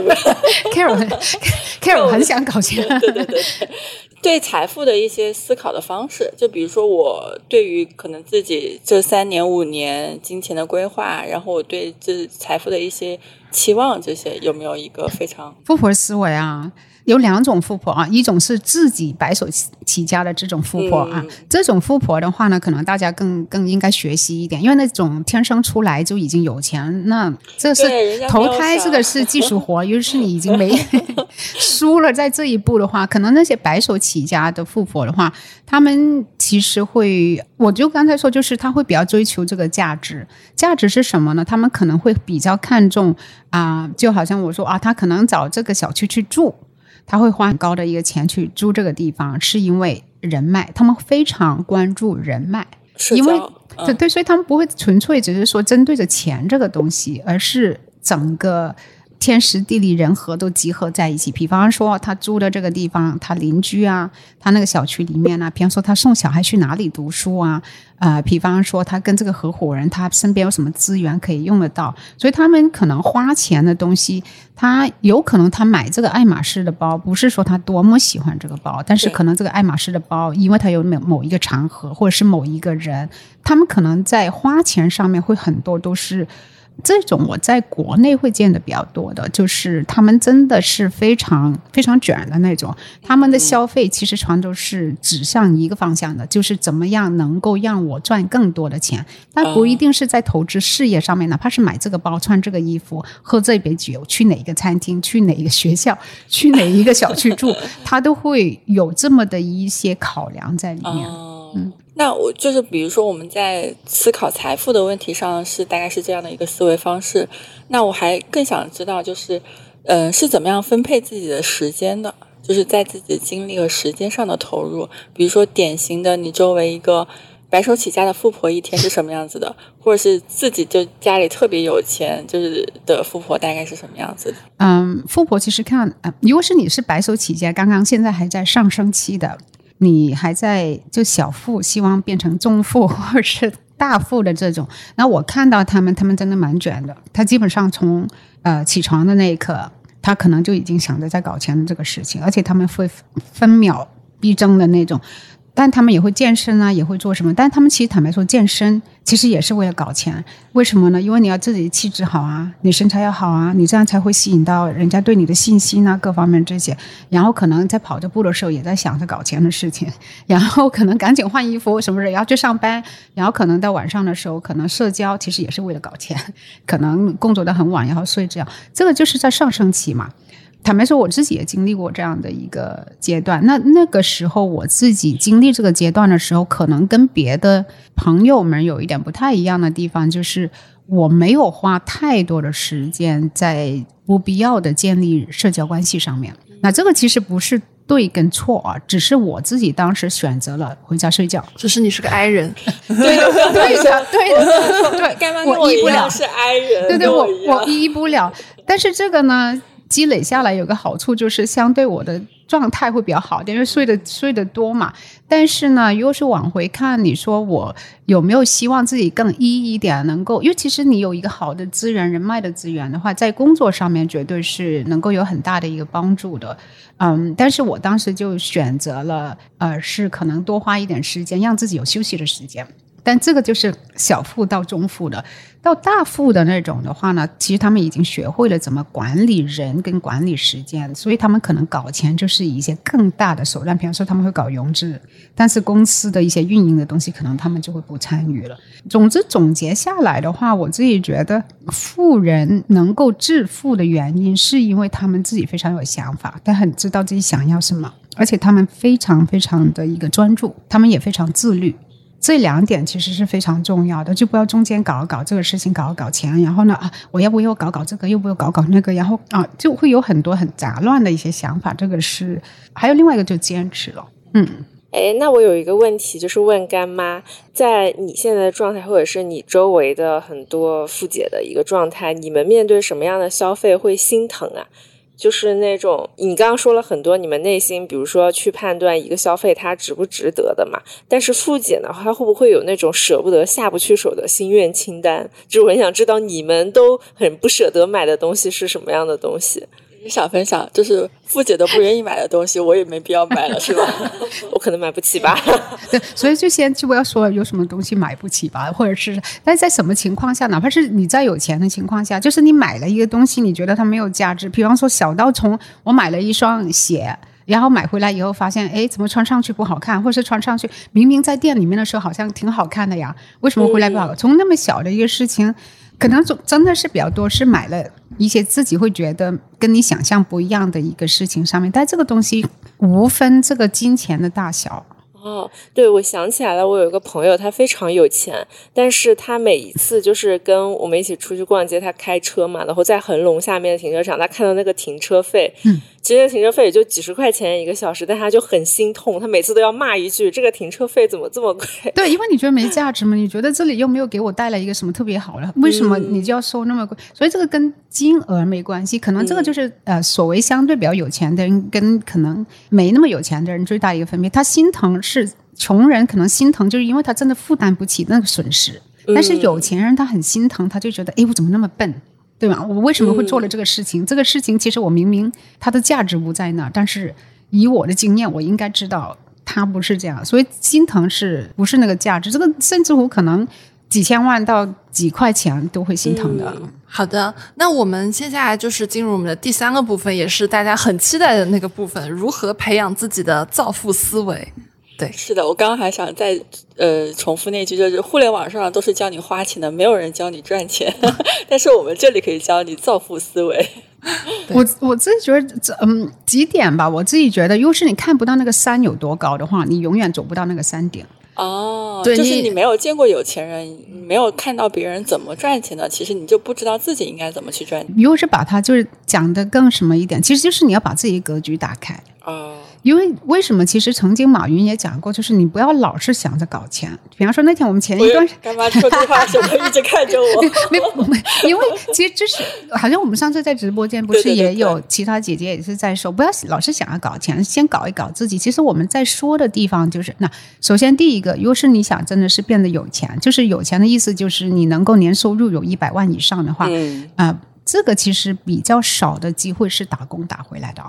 ？Carol Carol 很想搞钱。 对对对对。对财富的一些思考的方式，就比如说我对于可能自己这三年五年金钱的规划，然后我对这财富的一些期望，这些有没有一个非常富婆思维啊？有两种富婆啊，一种是自己白手起家的这种富婆啊，嗯、这种富婆的话呢，可能大家更更应该学习一点，因为那种天生出来就已经有钱，那这是投胎，这个是技术活，尤其是你已经没输了在这一步的话，可能那些白手起家的富婆的话，他们其实会，我就刚才说，就是他会比较追求这个价值，价值是什么呢？他们可能会比较看重啊、呃，就好像我说啊，他可能找这个小区去住。他会花很高的一个钱去租这个地方，是因为人脉，他们非常关注人脉，因为、嗯、对对，所以他们不会纯粹只是说针对着钱这个东西，而是整个天时地利人和都集合在一起。比方说他租的这个地方，他邻居啊，他那个小区里面啊，比方说他送小孩去哪里读书啊，呃，比方说他跟这个合伙人，他身边有什么资源可以用得到，所以他们可能花钱的东西，他有可能他买这个爱马仕的包，不是说他多么喜欢这个包，但是可能这个爱马仕的包，因为他有某某一个场合或者是某一个人，他们可能在花钱上面会很多都是。这种我在国内会见的比较多的，就是他们真的是非常非常卷的那种，他们的消费其实全都是指向一个方向的，就是怎么样能够让我赚更多的钱，但不一定是在投资事业上面，哪怕是买这个包、穿这个衣服、喝这杯酒、去哪个餐厅、去哪个学校、去哪一个小区住，他都会有这么的一些考量在里面。嗯， 那我就是比如说我们在思考财富的问题上是大概是这样的一个思维方式，那我还更想知道就是呃，是怎么样分配自己的时间的，就是在自己的精力和时间上的投入。比如说典型的你周围一个白手起家的富婆一天是什么样子的，或者是自己就家里特别有钱就是的富婆大概是什么样子的。 嗯，富婆其实看、呃、如果是你是白手起家，刚刚现在还在上升期的，你还在就小富希望变成中富或者是大富的这种，那我看到他们他们真的蛮卷的，他基本上从呃起床的那一刻，他可能就已经想着在搞钱的这个事情，而且他们会分秒必争的那种， 但他们也会健身啊，也会做什么，但他们其实坦白说健身其实也是为了搞钱。为什么呢？因为你要自己气质好啊，你身材要好啊，你这样才会吸引到人家对你的信心啊，各方面这些。然后可能在跑着步的时候也在想着搞钱的事情，然后可能赶紧换衣服什么的也要去上班，然后可能到晚上的时候可能社交其实也是为了搞钱，可能工作到很晚然后睡，这样这个就是在上升期嘛。坦白说我自己也经历过这样的一个阶段，那那个时候我自己经历这个阶段的时候，可能跟别的朋友们有一点不太一样的地方，就是我没有花太多的时间在不必要的建立社交关系上面。那这个其实不是对跟错啊，只是我自己当时选择了回家睡觉。 只是你是个 I 人。 对的对的对的对， 干嘛跟我一样是 I 人？ 对对，我我我依不了。但是这个呢积累下来有个好处，就是相对我的状态会比较好，因为睡得睡得多嘛。但是呢，如果是往回看，你说我有没有希望自己更一一点，能够，因为其实你有一个好的资源，人脉的资源的话，在工作上面绝对是能够有很大的一个帮助的。嗯，但是我当时就选择了，呃，是可能多花一点时间，让自己有休息的时间。但这个就是小富到中富的，到大富的那种的话呢，其实他们已经学会了怎么管理人跟管理时间，所以他们可能搞钱就是以一些更大的手段，比方说他们会搞融资，但是公司的一些运营的东西可能他们就会不参与了。总之总结下来的话，我自己觉得富人能够致富的原因是因为他们自己非常有想法，但很知道自己想要什么，而且他们非常非常的一个专注，他们也非常自律。这两点其实是非常重要的，就不要中间搞搞这个事情，搞搞钱，然后呢啊，我要不要搞搞这个，又不要搞搞那个，然后啊，就会有很多很杂乱的一些想法。这个是还有另外一个就坚持了。嗯， 哎，那我有一个问题，就是问干妈，在你现在的状态，或者是你周围的很多富姐的一个状态，你们面对什么样的消费会心疼啊？就是那种你刚刚说了很多你们内心比如说去判断一个消费它值不值得的嘛，但是富姐呢她会不会有那种舍不得下不去手的心愿清单，就是我很想知道你们都很不舍得买的东西是什么样的东西。 想分享就是富姐都不愿意买的东西我也没必要买了是吧？ 我可能买不起吧。 对，所以就先就不要说有什么东西买不起吧，或者是但是在什么情况下，哪怕是你在有钱的情况下，就是你买了一个东西你觉得它没有价值，比方说小到从我买了一双鞋，然后买回来以后发现哎，怎么穿上去不好看，或是穿上去明明在店里面的时候好像挺好看的呀，为什么回来不好看、嗯、从那么小的一个事情可能真的是比较多是买了一些自己会觉得跟你想象不一样的一个事情上面，但这个东西无分这个金钱的大小。 哦，对，我想起来了，我有一个朋友他非常有钱，但是他每一次就是跟我们一起出去逛街，他开车嘛，然后在恒隆下面的停车场他看到那个停车费，嗯，其实停车费也就几十块钱一个小时，但他就很心痛，他每次都要骂一句这个停车费怎么这么贵。 对，因为你觉得没价值嘛，你觉得这里又没有给我带来一个什么特别好的，为什么你就要收那么贵、嗯、所以这个跟金额没关系，可能这个就是、嗯、呃，所谓相对比较有钱的人跟可能没那么有钱的人最大一个分别，他心疼是穷人可能心疼就是因为他真的负担不起那个损失，但是有钱人他很心疼，他就觉得哎，我怎么那么笨，对吧？我为什么会做了这个事情、嗯、这个事情其实我明明它的价值不在那，但是以我的经验我应该知道它不是这样，所以心疼是不是那个价值，这个甚至乎可能几千万到几块钱都会心疼的、嗯、 好的，那我们接下来就是进入我们的第三个部分，也是大家很期待的那个部分，如何培养自己的造富思维。对， 是的，我刚刚还想再呃重复那句，就是互联网上都是教你花钱的，没有人教你赚钱但是我们这里可以教你造富思维。 我我自己觉得嗯几点吧，我自己觉得如果是你看不到那个山有多高的话，你永远走不到那个山顶。 哦，对，就是你没有见过有钱人，没有看到别人怎么赚钱的，其实你就不知道自己应该怎么去赚钱。 如果是把它就是讲得更什么一点，其实就是你要把自己的格局打开。 哦， 因为为什么其实曾经马云也讲过，就是你不要老是想着搞钱。比方说那天我们前一段干嘛说这话的时候一直看着我没没，因为其实就是好像我们上次在直播间不是也有其他姐姐也是在说，不要老是想要搞钱，先搞一搞自己。其实我们在说的地方就是，那首先第一个，如果是你想真的是变得有钱，就是有钱的意思就是你能够年收入有一百万以上的话，嗯、呃，这个其实比较少的机会是打工打回来的啊。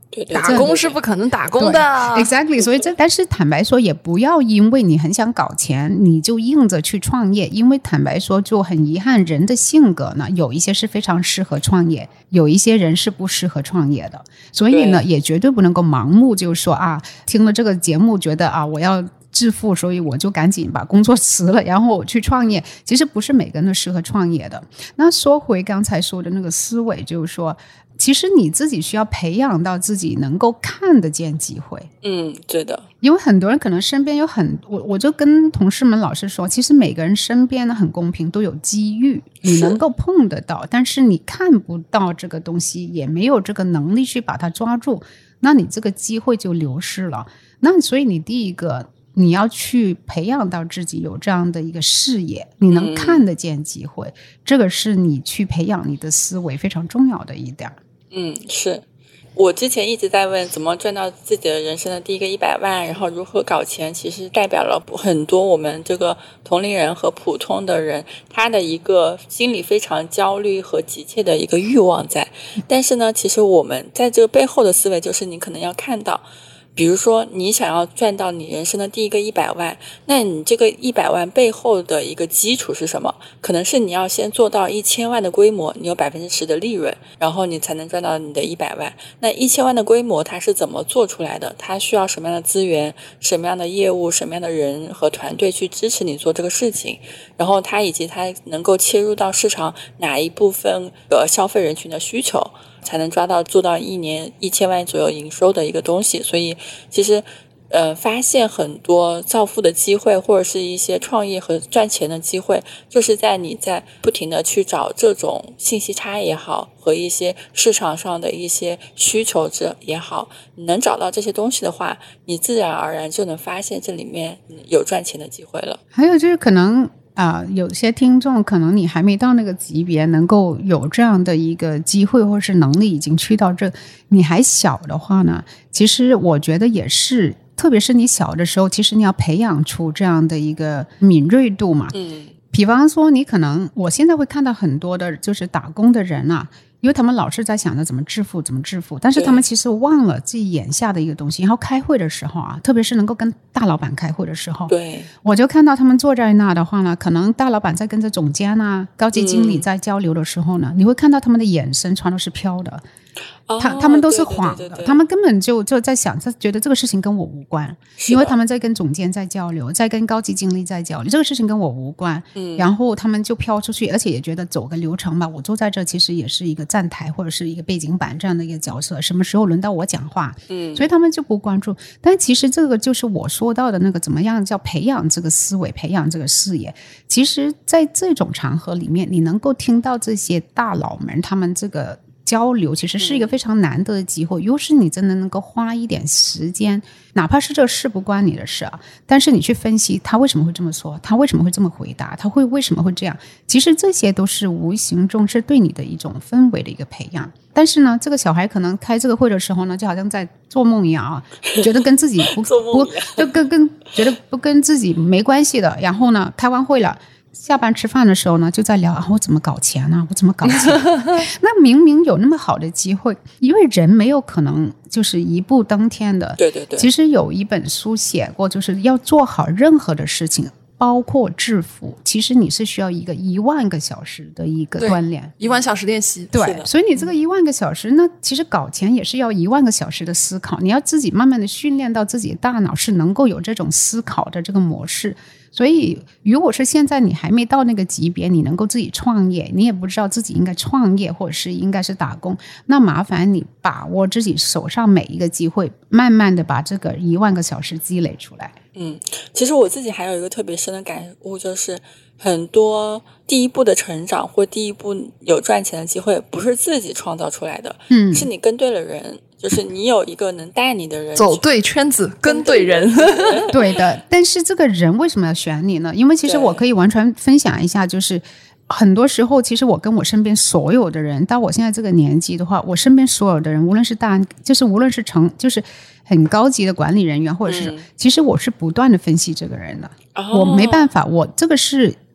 对对， 打工是不可能打工的。 Exactly， 所以这但是坦白说，也不要因为你很想搞钱，你就硬着去创业。因为坦白说，就很遗憾，人的性格呢，有一些是非常适合创业，有一些人是不适合创业的。所以呢，也绝对不能够盲目，就是说啊，听了这个节目，觉得啊，我要致富，所以我就赶紧把工作辞了，然后我去创业。其实不是每个人都适合创业的。那说回刚才说的那个思维，就是说其实你自己需要培养到自己能够看得见机会。 嗯，对的。 因为很多人可能身边有很我我就跟同事们老师说，其实每个人身边呢很公平，都有机遇，你能够碰得到，但是你看不到这个东西，也没有这个能力去把它抓住，那你这个机会就流失了。那所以你第一个你要去培养到自己有这样的一个视野，你能看得见机会、嗯、这个是你去培养你的思维非常重要的一点。 嗯，是我之前一直在问怎么赚到自己的人生的第一个一百万，然后如何搞钱，其实代表了很多我们这个同龄人和普通的人他的一个心里非常焦虑和急切的一个欲望在。但是呢，其实我们在这个背后的思维就是你可能要看到，比如说你想要赚到你人生的第一个一百万，那你这个一百万背后的一个基础是什么？可能是你要先做到一千万的规模，你有百分之十的利润，然后你才能赚到你的一百万。那一千万的规模它是怎么做出来的？它需要什么样的资源、什么样的业务、什么样的人和团队去支持你做这个事情？然后它以及它能够切入到市场哪一部分的消费人群的需求，才能抓到做到一年一千万左右营收的一个东西。所以其实呃，发现很多造富的机会或者是一些创业和赚钱的机会，就是在你在不停的去找这种信息差也好，和一些市场上的一些需求者也好，你能找到这些东西的话，你自然而然就能发现这里面有赚钱的机会了。 还有就是可能啊、呃，有些听众可能你还没到那个级别能够有这样的一个机会或是能力已经去到这，你还小的话呢，其实我觉得也是，特别是你小的时候，其实你要培养出这样的一个敏锐度嘛。 嗯， 比方说你可能我现在会看到很多的就是打工的人啊，因为他们老是在想着怎么致富怎么致富，但是他们其实忘了自己眼下的一个东西。然后开会的时候啊，特别是能够跟大老板开会的时候， 对，我就看到他们坐在那的话呢，可能大老板在跟着总监啊高级经理在交流的时候呢、嗯、你会看到他们的眼神全都是飘的，他他们都是晃的， 对对对对， 他们根本就就在想，他觉得这个事情跟我无关，因为他们在跟总监在交流，在跟高级经理在交流，这个事情跟我无关、嗯、然后他们就飘出去，而且也觉得走个流程吧，我坐在这其实也是一个站台或者是一个背景板这样的一个角色，什么时候轮到我讲话、嗯、所以他们就不关注。但其实这个就是我说到的那个怎么样叫培养这个思维，培养这个视野。其实在这种场合里面，你能够听到这些大佬们他们这个交流，其实是一个非常难得的机会。又是你真的能够花一点时间，哪怕是这事不关你的事啊，但是你去分析他为什么会这么说，他为什么会这么回答，他会为什么会这样，其实这些都是无形中是对你的一种氛围的一个培养。但是呢，这个小孩可能开这个会的时候呢，就好像在做梦一样啊，觉得跟自己不不就跟跟觉得不跟自己没关系的。然后呢，开完会了，下班吃饭的时候呢，就在聊啊，我怎么搞钱呢？我怎么搞钱？那明明有那么好的机会，因为人没有可能就是一步登天的。 对对对。 其实有一本书写过，就是要做好任何的事情，包括致富，其实你是需要一个一万个小时的一个锻炼， 一万小时练习。 对，所以你这个一万个小时，那其实搞钱也是要一万个小时的思考，你要自己慢慢的训练到自己的大脑是能够有这种思考的这个模式。所以如果是现在你还没到那个级别，你能够自己创业，你也不知道自己应该创业或者是应该是打工，那麻烦你把握自己手上每一个机会，慢慢的把这个一万个小时积累出来。 嗯，其实我自己还有一个特别深的感悟，就是很多第一步的成长或第一步有赚钱的机会不是自己创造出来的，嗯，是你跟对了人，就是你有一个能带你的人， 走对圈子，跟对人。 对的，但是这个人为什么要选你呢？因为其实我可以完全分享一下，就是很多时候其实我跟我身边所有的人，到我现在这个年纪的话，我身边所有的人，无论是大就是无论是成就是很高级的管理人员，或者是、嗯、其实我是不断的分析这个人的、哦、我没办法，我这个是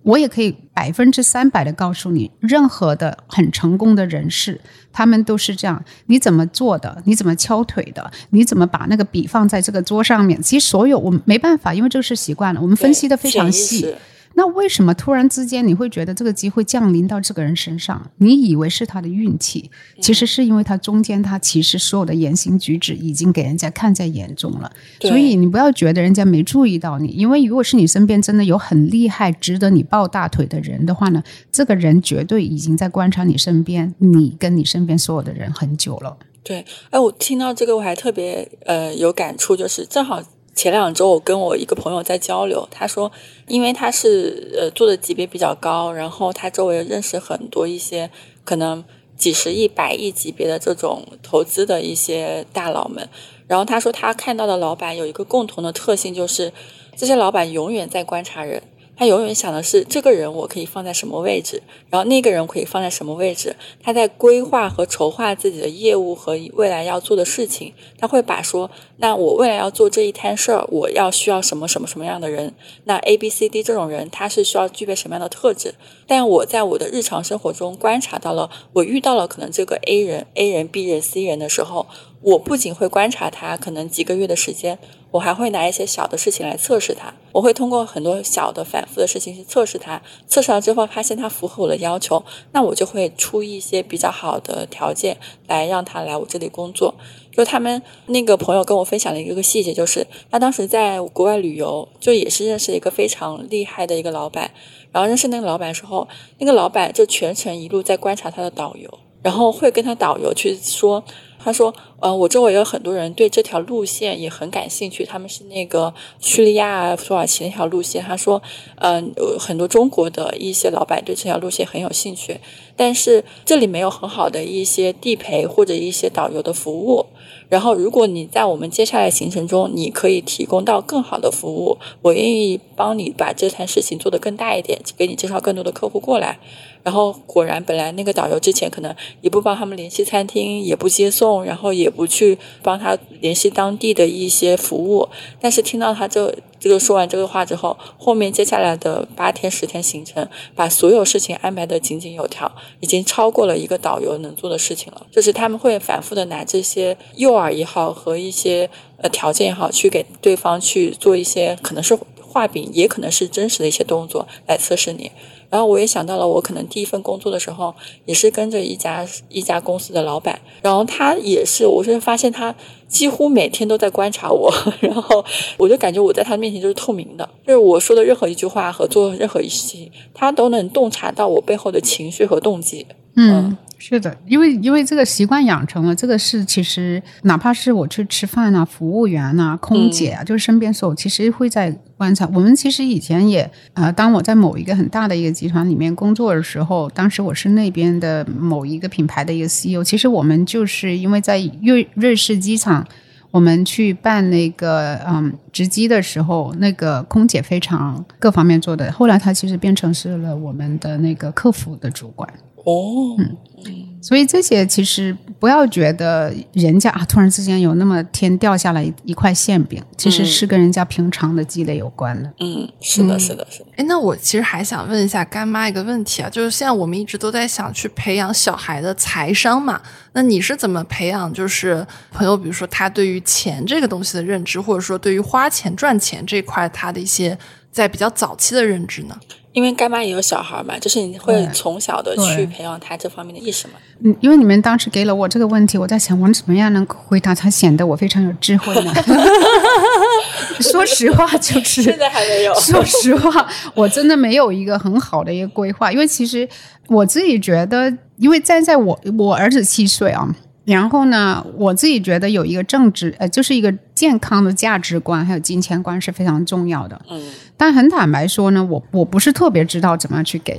我也可以百分之三百的告诉你，任何的很成功的人士，他们都是这样。你怎么做的？你怎么敲腿的？你怎么把那个笔放在这个桌上面？其实所有我们没办法，因为这个是习惯了，我们分析的非常细。那为什么突然之间你会觉得这个机会降临到这个人身上？你以为是他的运气，其实是因为他中间他其实所有的言行举止已经给人家看在眼中了。所以你不要觉得人家没注意到你，因为如果是你身边真的有很厉害值得你抱大腿的人的话呢，这个人绝对已经在观察你身边，你跟你身边所有的人很久了。 对，哎，我听到这个我还特别呃有感触，就是正好前两周我跟我一个朋友在交流，他说因为他是呃做的级别比较高，然后他周围认识很多一些可能几十亿百亿级别的这种投资的一些大佬们，然后他说他看到的老板有一个共同的特性，就是这些老板永远在观察人，他永远想的是这个人我可以放在什么位置，然后那个人可以放在什么位置，他在规划和筹划自己的业务和未来要做的事情，他会把说那我未来要做这一摊事儿，我要需要什么什么什么样的人，那 A B C D 这种人他是需要具备什么样的特质，但我在我的日常生活中观察到了，我遇到了可能这个 A 人 A 人 B 人 C 人的时候，我不仅会观察他可能几个月的时间，我还会拿一些小的事情来测试他，我会通过很多小的反复的事情去测试他，测试了之后发现他符合我的要求，那我就会出一些比较好的条件来让他来我这里工作。就他们那个朋友跟我分享了一个细节，就是他当时在国外旅游，就也是认识一个非常厉害的一个老板，然后认识那个老板的时候，那个老板就全程一路在观察他的导游，然后会跟他导游去说，他说呃，我周围有很多人对这条路线也很感兴趣，他们是那个叙利亚土耳其那条路线，他说嗯、呃，有很多中国的一些老板对这条路线很有兴趣，但是这里没有很好的一些地陪或者一些导游的服务，然后如果你在我们接下来行程中你可以提供到更好的服务，我愿意帮你把这摊事情做得更大一点，给你介绍更多的客户过来。然后果然本来那个导游之前可能也不帮他们联系餐厅，也不接送，然后也不去帮他联系当地的一些服务，但是听到他这这个说完这个话之后，后面接下来的八天十天行程把所有事情安排得井井有条，已经超过了一个导游能做的事情了。就是他们会反复的拿这些诱饵也好和一些呃条件也好去给对方去做一些可能是画饼也可能是真实的一些动作来测试你。然后我也想到了我可能第一份工作的时候也是跟着一家一家公司的老板，然后他也是我是发现他几乎每天都在观察我，然后我就感觉我在他面前就是透明的，就是我说的任何一句话和做任何一事情他都能洞察到我背后的情绪和动机。 嗯, 嗯是的，因为因为这个习惯养成了，这个是其实哪怕是我去吃饭啊，服务员啊，空姐啊，嗯、就是身边所有其实会在观察。我们其实以前也呃，当我在某一个很大的一个集团里面工作的时候，当时我是那边的某一个品牌的一个 C E O， 其实我们就是因为在瑞瑞士机场我们去办那个嗯值机的时候，那个空姐非常各方面做的，后来她其实变成是了我们的那个客服的主管。 哦， 嗯，所以这些其实不要觉得人家啊突然之间有那么天掉下来 一, 一块馅饼，其实是跟人家平常的积累有关的。 嗯，是的，是的，是的。 哎，那我其实还想问一下干妈一个问题啊，就是现在我们一直都在想去培养小孩的财商嘛，那你是怎么培养就是朋友，比如说他对于钱这个东西的认知，或者说对于花钱赚钱这块他的一些在比较早期的认知呢？ 因为干妈也有小孩嘛，就是你会从小的去培养他这方面的意识嘛。 嗯，因为你们当时给了我这个问题，我在想我怎么样能回答他显得我非常有智慧呢？说实话就是现在还没有。 说实话我真的没有一个很好的一个规划，因为其实我自己觉得，因为站在我我儿子七岁啊，然后呢我自己觉得有一个正直呃，就是一个健康的价值观还有金钱观是非常重要的。 嗯， 但很坦白说呢，我我不是特别知道怎么样去给他，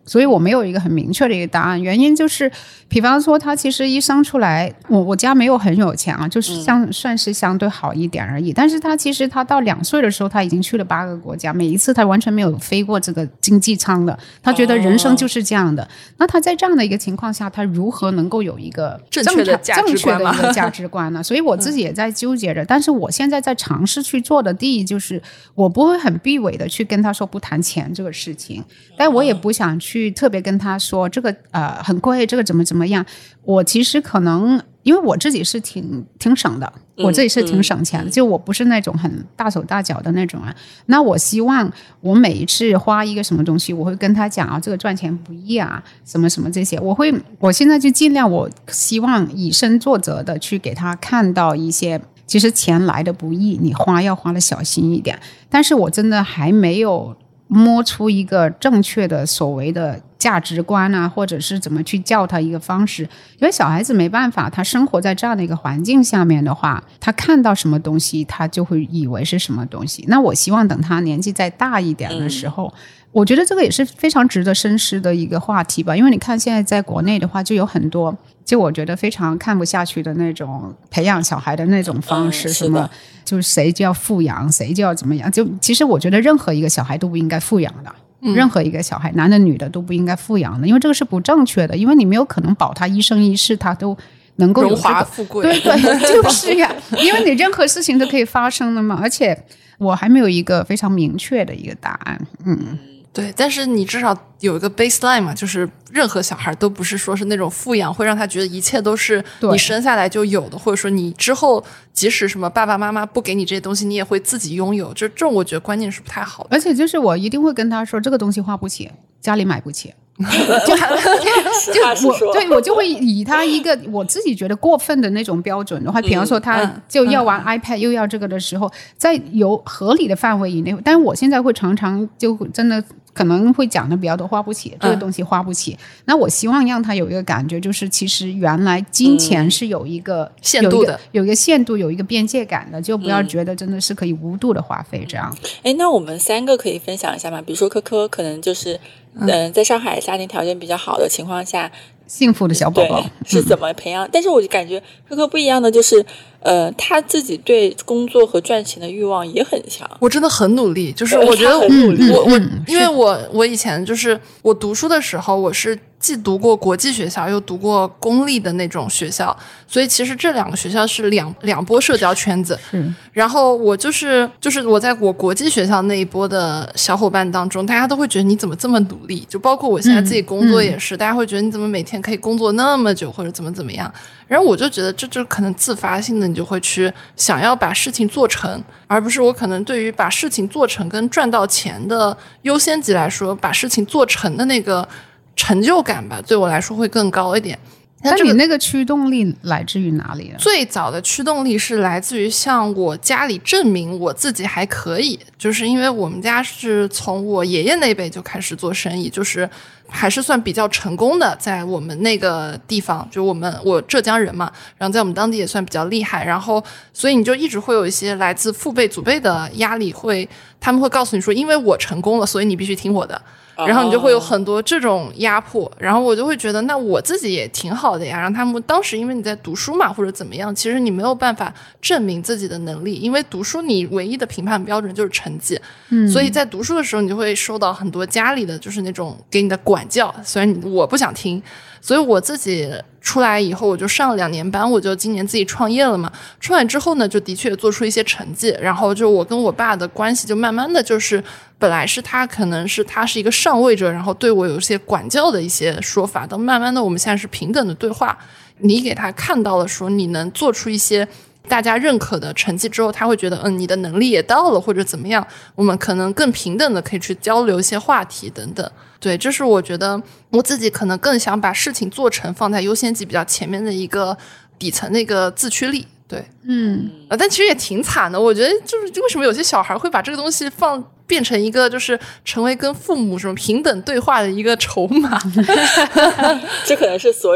所以我没有一个很明确的一个答案。原因就是比方说他其实一生出来，我我家没有很有钱啊，就是相、嗯、算是相对好一点而已，但是他其实他到两岁的时候他已经去了八个国家，每一次他完全没有飞过这个经济舱的，他觉得人生就是这样的、哦、那他在这样的一个情况下，他如何能够有一个正确的价值观正确的一个价值观呢？所以我自己也在纠结着、嗯、但是我现在在尝试去做的第一就是我不会很避讳的去跟他说不谈钱这个事情，但我也不想去特别跟他说这个呃很贵，这个怎么怎么样。我其实可能因为我自己是挺挺省的，我自己是挺省钱的、嗯嗯、就我不是那种很大手大脚的那种啊。那我希望我每一次花一个什么东西，我会跟他讲啊，这个赚钱不易啊，什么什么这些，我会我现在就尽量，我希望以身作则的去给他看到一些其实钱来的不易，你花要花的小心一点。但是我真的还没有摸出一个正确的所谓的价值观啊，或者是怎么去教他一个方式。因为小孩子没办法，他生活在这样的一个环境下面的话，他看到什么东西他就会以为是什么东西。那我希望等他年纪再大一点的时候、嗯、我觉得这个也是非常值得深思的一个话题吧。因为你看现在在国内的话，就有很多就我觉得非常看不下去的那种培养小孩的那种方式、嗯、什么就是谁就要富养谁就要怎么样，就其实我觉得任何一个小孩都不应该富养的、嗯、任何一个小孩男的女的都不应该富养的，因为这个是不正确的。因为你没有可能保他一生一世他都能够有、这个、 荣华富贵， 对对，就是呀因为你任何事情都可以发生的嘛。而且我还没有一个非常明确的一个答案。嗯， 对，但是你至少有一个 baseline 嘛，就是任何小孩都不是说是那种富养会让他觉得一切都是你生下来就有的，或者说你之后即使什么爸爸妈妈不给你这些东西你也会自己拥有，就这种我觉得观念是不太好的。 而且就是我一定会跟他说这个东西花不起，家里买不起就就我对我就会以他一个我自己觉得过分的那种标准的话，比方说他就要玩 iPad、嗯、又要这个的时候，在有合理的范围以内，但是我现在会常常就真的可能会讲的比较多，花不起这个东西花不起、嗯、那我希望让他有一个感觉，就是其实原来金钱是有一个、嗯、 限度的， 有一个限度，有一个边界感的，就不要觉得真的是可以无度的花费这样。 哎、嗯，那我们三个可以分享一下吗？比如说科科可能就是嗯、呃，在上海家庭条件比较好的情况下， 幸福的小宝宝是怎么培养、嗯、但是我就感觉科科不一样的就是呃，他自己对工作和赚钱的欲望也很强。 我真的很努力，就是我觉得我、嗯、我我因为我我以前就是我读书的时候，我是既读过国际学校又读过公立的那种学校，所以其实这两个学校是两两波社交圈子。 嗯， 然后我就是就是我在我国际学校那一波的小伙伴当中，大家都会觉得你怎么这么努力，就包括我现在自己工作也是、嗯嗯、大家会觉得你怎么每天可以工作那么久或者怎么怎么样。然后我就觉得这就可能自发性的你就会去想要把事情做成，而不是我可能对于把事情做成跟赚到钱的优先级来说，把事情做成的那个成就感吧，对我来说会更高一点。 但你那个驱动力来自于哪里呢？ 最早的驱动力是来自于向我家里证明我自己还可以，就是因为我们家是从我爷爷那辈就开始做生意，就是还是算比较成功的，在我们那个地方，就我们我浙江人嘛，然后在我们当地也算比较厉害，然后所以你就一直会有一些来自父辈祖辈的压力，会他们会告诉你说，因为我成功了，所以你必须听我的。然后你就会有很多这种压迫，然后我就会觉得那我自己也挺好的呀。然后他们当时因为你在读书嘛或者怎么样，其实你没有办法证明自己的能力，因为读书你唯一的评判标准就是成绩、嗯、所以在读书的时候你就会受到很多家里的就是那种给你的管教，虽然我不想听。所以我自己出来以后我就上了两年班，我就今年自己创业了嘛。创业之后呢就的确做出一些成绩，然后就我跟我爸的关系就慢慢的就是本来是他可能是他是一个上位者，然后对我有一些管教的一些说法，但慢慢的我们现在是平等的对话，你给他看到了说你能做出一些大家认可的成绩之后，他会觉得嗯你的能力也到了或者怎么样，我们可能更平等的可以去交流一些话题等等。对，这是我觉得我自己可能更想把事情做成放在优先级比较前面的一个底层的一个自驱力。对， 嗯， 呃，但其实也挺惨的，我觉得就是为什么有些小孩会把这个东西放变成一个就是成为跟父母什么平等对话的一个筹码。 这可能是所有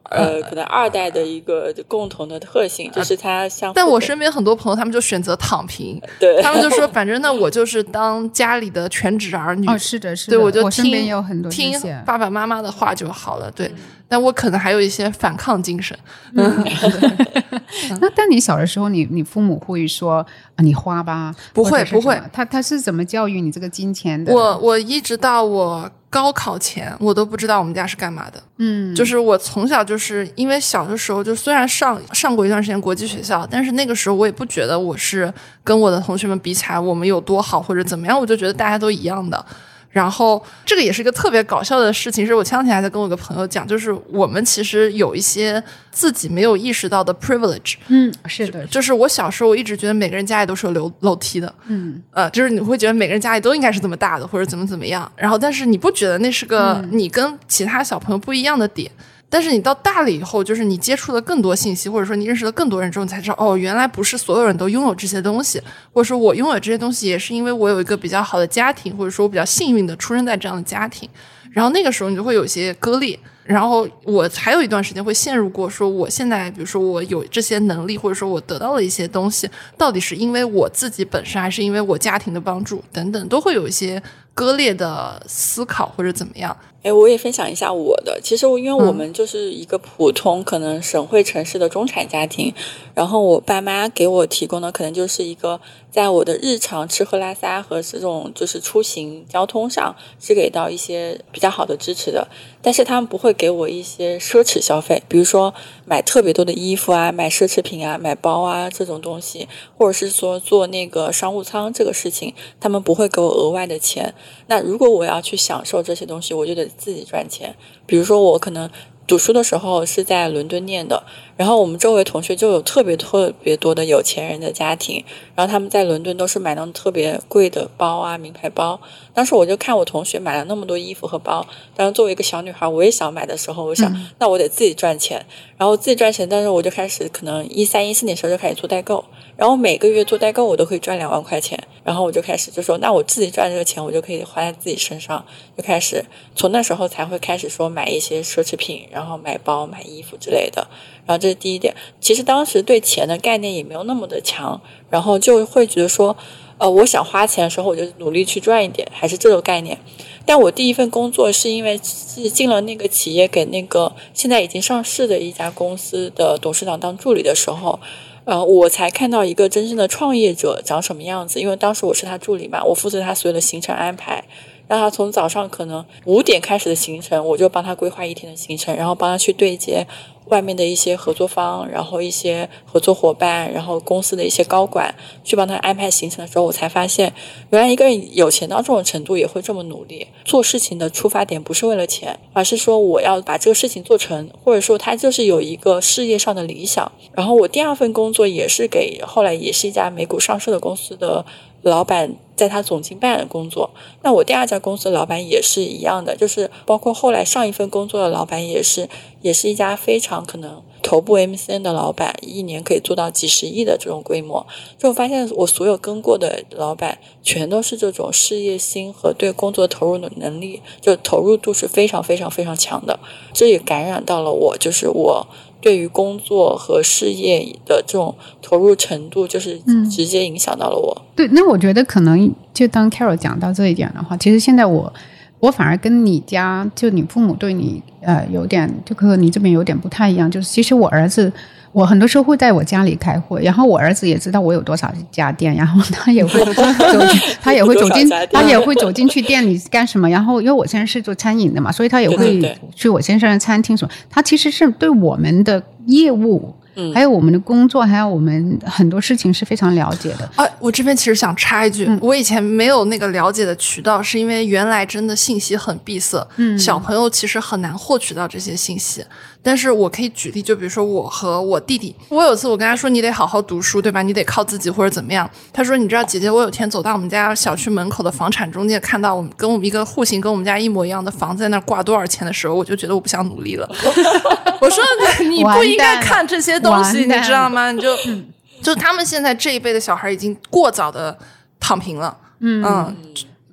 呃，可能二代的一个共同的特性，就是他像。 但我身边很多朋友，他们就选择躺平， 对， 他们就说，反正那我就是当家里的全职儿女。 哦，是的，是的， 对，我就我听身边也有很多听这些爸爸妈妈的话就好了。对，嗯、但我可能还有一些反抗精神。 嗯，那但你小的时候，你你父母会说啊，你花吧？ 不会，不会。 他他是怎么教育你这个金钱的？ 我我一直到我高考前，我都不知道我们家是干嘛的。 嗯， 就是我从小就是因为小的时候就虽然上上过一段时间国际学校，但是那个时候我也不觉得我是跟我的同学们比起来我们有多好或者怎么样，我就觉得大家都一样的。然后这个也是一个特别搞笑的事情，是我前两天还在跟我一个朋友讲，就是我们其实有一些自己没有意识到的 privilege。 嗯，是的， 就是我小时候我一直觉得每个人家里都是有楼楼梯的。 嗯， 呃，就是你会觉得每个人家里都应该是这么大的，或者怎么怎么样。然后，但是你不觉得那是个你跟其他小朋友不一样的点。嗯，但是你到大了以后，就是你接触了更多信息，或者说你认识了更多人之后，你才知道哦，原来不是所有人都拥有这些东西，或者说我拥有这些东西也是因为我有一个比较好的家庭，或者说我比较幸运的出生在这样的家庭。然后那个时候你就会有一些割裂。然后我还有一段时间会陷入过说，我现在比如说我有这些能力，或者说我得到了一些东西，到底是因为我自己本身还是因为我家庭的帮助等等，都会有一些割裂的思考或者怎么样。 哎，我也分享一下我的。其实因为我们就是一个普通、嗯、可能省会城市的中产家庭，然后我爸妈给我提供的可能就是一个在我的日常吃喝拉撒和这种就是出行交通上是给到一些比较好的支持的，但是他们不会给我一些奢侈消费，比如说买特别多的衣服啊，买奢侈品啊，买包啊这种东西，或者是说做那个商务舱这个事情，他们不会给我额外的钱。那如果我要去享受这些东西，我就得自己赚钱。比如说我可能读书的时候是在伦敦念的，然后我们周围同学就有特别特别多的有钱人的家庭，然后他们在伦敦都是买那种特别贵的包啊，名牌包。当时我就看我同学买了那么多衣服和包，当时作为一个小女孩我也想买的时候，我想、嗯、那我得自己赚钱，然后自己赚钱，但是我就开始可能一三一四年的时候就开始做代购，然后每个月做代购我都可以赚两万块钱，然后我就开始就说那我自己赚这个钱我就可以花在自己身上，就开始从那时候才会开始说买一些奢侈品，然后买包买衣服之类的。然后这是第一点，其实当时对钱的概念也没有那么的强，然后就会觉得说呃，我想花钱的时候我就努力去赚一点，还是这种概念。但我第一份工作是因为是进了那个企业，给那个现在已经上市的一家公司的董事长当助理的时候，呃，我才看到一个真正的创业者长什么样子。因为当时我是他助理嘛，我负责他所有的行程安排，让他从早上可能五点开始的行程，我就帮他规划一天的行程，然后帮他去对接外面的一些合作方，然后一些合作伙伴，然后公司的一些高管，去帮他安排行程的时候，我才发现原来一个人有钱到这种程度也会这么努力。做事情的出发点不是为了钱，而是说我要把这个事情做成，或者说他就是有一个事业上的理想。然后我第二份工作也是给后来也是一家美股上市的公司的老板，在他总经办的工作。那我第二家公司的老板也是一样的，就是包括后来上一份工作的老板也是也是一家非常可能头部 M C N 的老板，一年可以做到几十亿的这种规模。就我发现我所有跟过的老板全都是这种事业心和对工作投入的能力，就投入度是非常非常非常强的。这也感染到了我，就是我对于工作和事业的这种投入程度，就是直接影响到了我、嗯、 对，那我觉得可能就当 Carol 讲到这一点的话，其实现在我我反而跟你家就你父母对你呃有点就和你这边有点不太一样，就是其实我儿子我很多时候会在我家里开会，然后我儿子也知道我有多少家店，然后他也会走他也会走进他也会走进去店里干什么，然后因为我先生是做餐饮的嘛，所以他也会去我先生的餐厅什么，他其实是对我们的业务嗯、还有我们的工作，还有我们很多事情是非常了解的啊。我这边其实想插一句、嗯、我以前没有那个了解的渠道，是因为原来真的信息很闭塞，嗯，小朋友其实很难获取到这些信息。但是我可以举例，就比如说我和我弟弟，我有次我跟他说你得好好读书对吧，你得靠自己或者怎么样，他说你知道姐姐，我有天走到我们家小区门口的房产中介，看到我们跟我们一个户型跟我们家一模一样的房子在那挂多少钱的时候，我就觉得我不想努力了我说你不应该看这些东西你知道吗，你就就他们现在这一辈的小孩已经过早的躺平了，嗯嗯，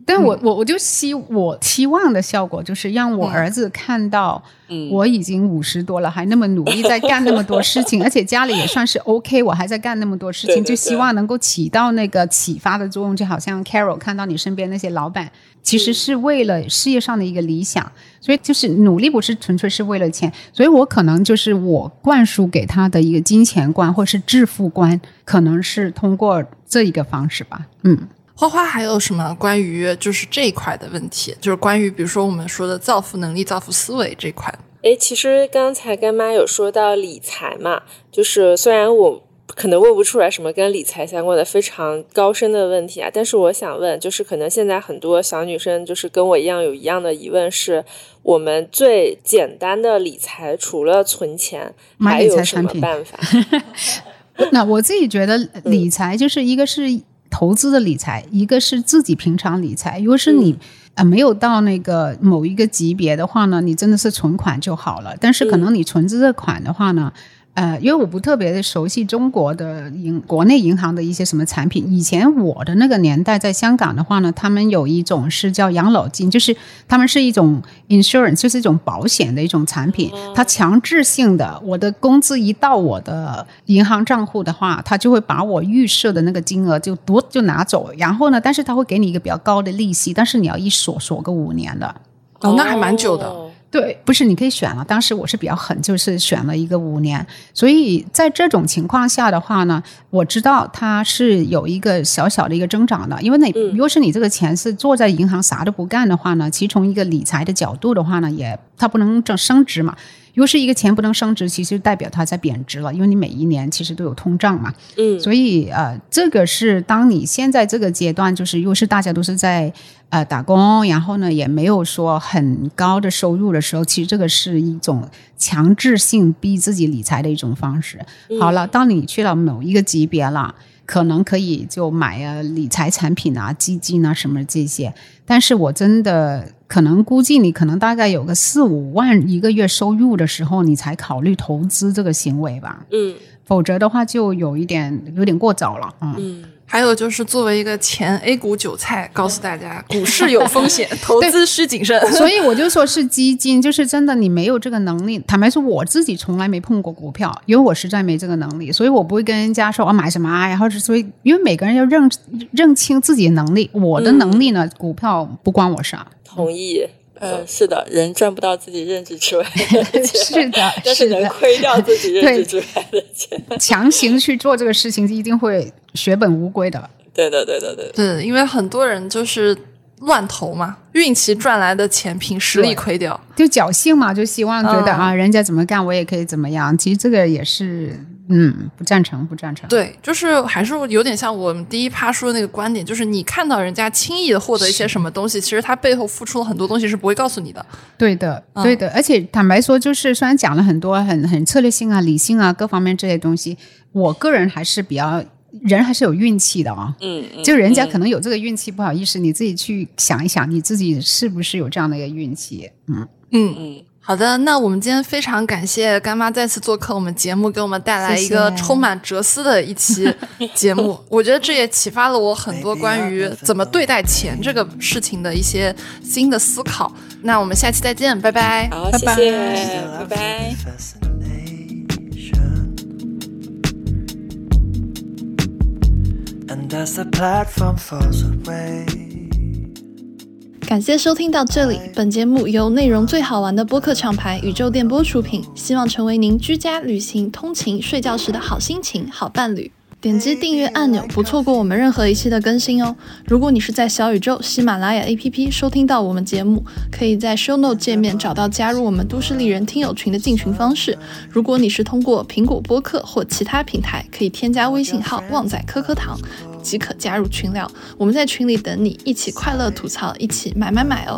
但我、嗯、我我就希我期望的效果就是让我儿子看到我已经五十多了、嗯、还那么努力在干那么多事情而且家里也算是 OK 我还在干那么多事情，对对对，就希望能够起到那个启发的作用，就好像 Carol 看到你身边那些老板其实是为了事业上的一个理想、嗯、所以就是努力不是纯粹是为了钱，所以我可能就是我灌输给他的一个金钱观或是致富观可能是通过这一个方式吧。嗯， 花花还有什么关于就是这一块的问题，就是关于比如说我们说的造富能力造富思维这一块。 诶，其实刚才干妈有说到理财嘛，就是虽然我可能问不出来什么跟理财相关的非常高深的问题啊，但是我想问，就是可能现在很多小女生就是跟我一样有一样的疑问，是我们最简单的理财除了存钱还有什么办法？ 那我自己觉得理财就是一个是投资的理财、嗯、一个是自己平常理财。如果是你、嗯呃、没有到那个某一个级别的话呢，你真的是存款就好了，但是可能你存这个款的话呢、嗯呃，因为我不特别的熟悉中国的银国内银行的一些什么产品。以前我的那个年代在香港的话呢，他们有一种是叫养老金，就是他们是一种 insurance， 就是一种保险的一种产品，它强制性的我的工资一到我的银行账户的话，它就会把我预设的那个金额就夺就拿走，然后呢但是它会给你一个比较高的利息，但是你要一锁锁个五年的。 哦，那还蛮久的。 对，不是你可以选了，当时我是比较狠，就是选了一个五年。所以在这种情况下的话呢，我知道它是有一个小小的一个增长的，因为你如果是你这个钱是坐在银行啥都不干的话呢，其实从一个理财的角度的话呢，也它不能升值嘛。如果是一个钱不能升值，其实代表它在贬值了，因为你每一年其实都有通胀嘛。嗯，所以呃，这个是当你现在这个阶段，就是如果是大家都是在呃打工，然后呢也没有说很高的收入的时候，其实这个是一种强制性逼自己理财的一种方式。嗯、好了，当你去了某一个级别了，可能可以就买啊理财产品啊基金啊什么这些，但是我真的可能估计你可能大概有个四五万一个月收入的时候，你才考虑投资这个行为吧。嗯，否则的话就有一点有点过早了。嗯。嗯， 还有就是作为一个前 A 股韭菜，告诉大家股市有风险，投资需谨慎。 所以我就说是基金，就是真的你没有这个能力。坦白说我自己从来没碰过股票，因为我实在没这个能力，所以我不会跟人家说我、啊、买什么啊，然后所以因为每个人要认认清自己的能力，我的能力呢、嗯、股票不关我事。 同意。 呃，是的，人赚不到自己认知之外的钱， 是的， 但是能亏掉自己认知之外的钱， 强行去做这个事情，一定会血本无归的。 对的，对的，对的， 对，因为很多人就是乱投嘛，运气赚来的钱凭实力亏掉， 就侥幸嘛，就希望觉得、嗯、啊，人家怎么干我也可以怎么样。其实这个也是。嗯，不赞成，不赞成。 对，就是还是有点像我们第一趴说的那个观点，就是你看到人家轻易的获得一些什么东西，其实他背后付出了很多东西是不会告诉你的。 对的，嗯、对的。而且坦白说，就是虽然讲了很多很很策略性啊、理性啊各方面这些东西，我个人还是比较人还是有运气的啊。嗯，就人家可能有这个运气，不好意思，你自己去想一想，你自己是不是有这样的一个运气？嗯嗯嗯。好的，那我们今天非常感谢干妈再次做客我们节目，给我们带来一个充满哲思的一期节目。谢谢我觉得这也启发了我很多关于怎么对待钱这个事情的一些新的思考。那我们下期再见，拜拜。 好，谢谢，拜拜。And as the platform falls away 感谢收听到这里，本节目由内容最好玩的播客厂牌宇宙电波出品，希望成为您居家、旅行、通勤、睡觉时的好心情、好伴侣。点击订阅按钮，不错过我们任何一期的更新哦。如果你是在小宇宙、喜马拉雅 A P P 收听到我们节目，可以在 show note 界面找到加入我们都市丽人听友群的进群方式。如果你是通过苹果播客或其他平台，可以添加微信号旺仔颗颗糖即可加入群聊，我们在群里等你，一起快乐吐槽，一起买买买哦。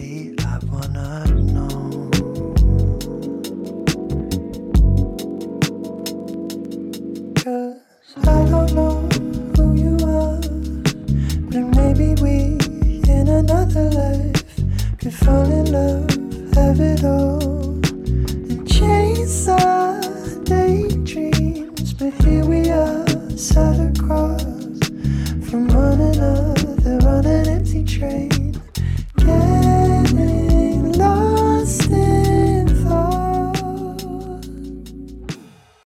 I don't know who you are, but maybe we in another life could fall in love, have it all, and chase our daydreams. But here we are.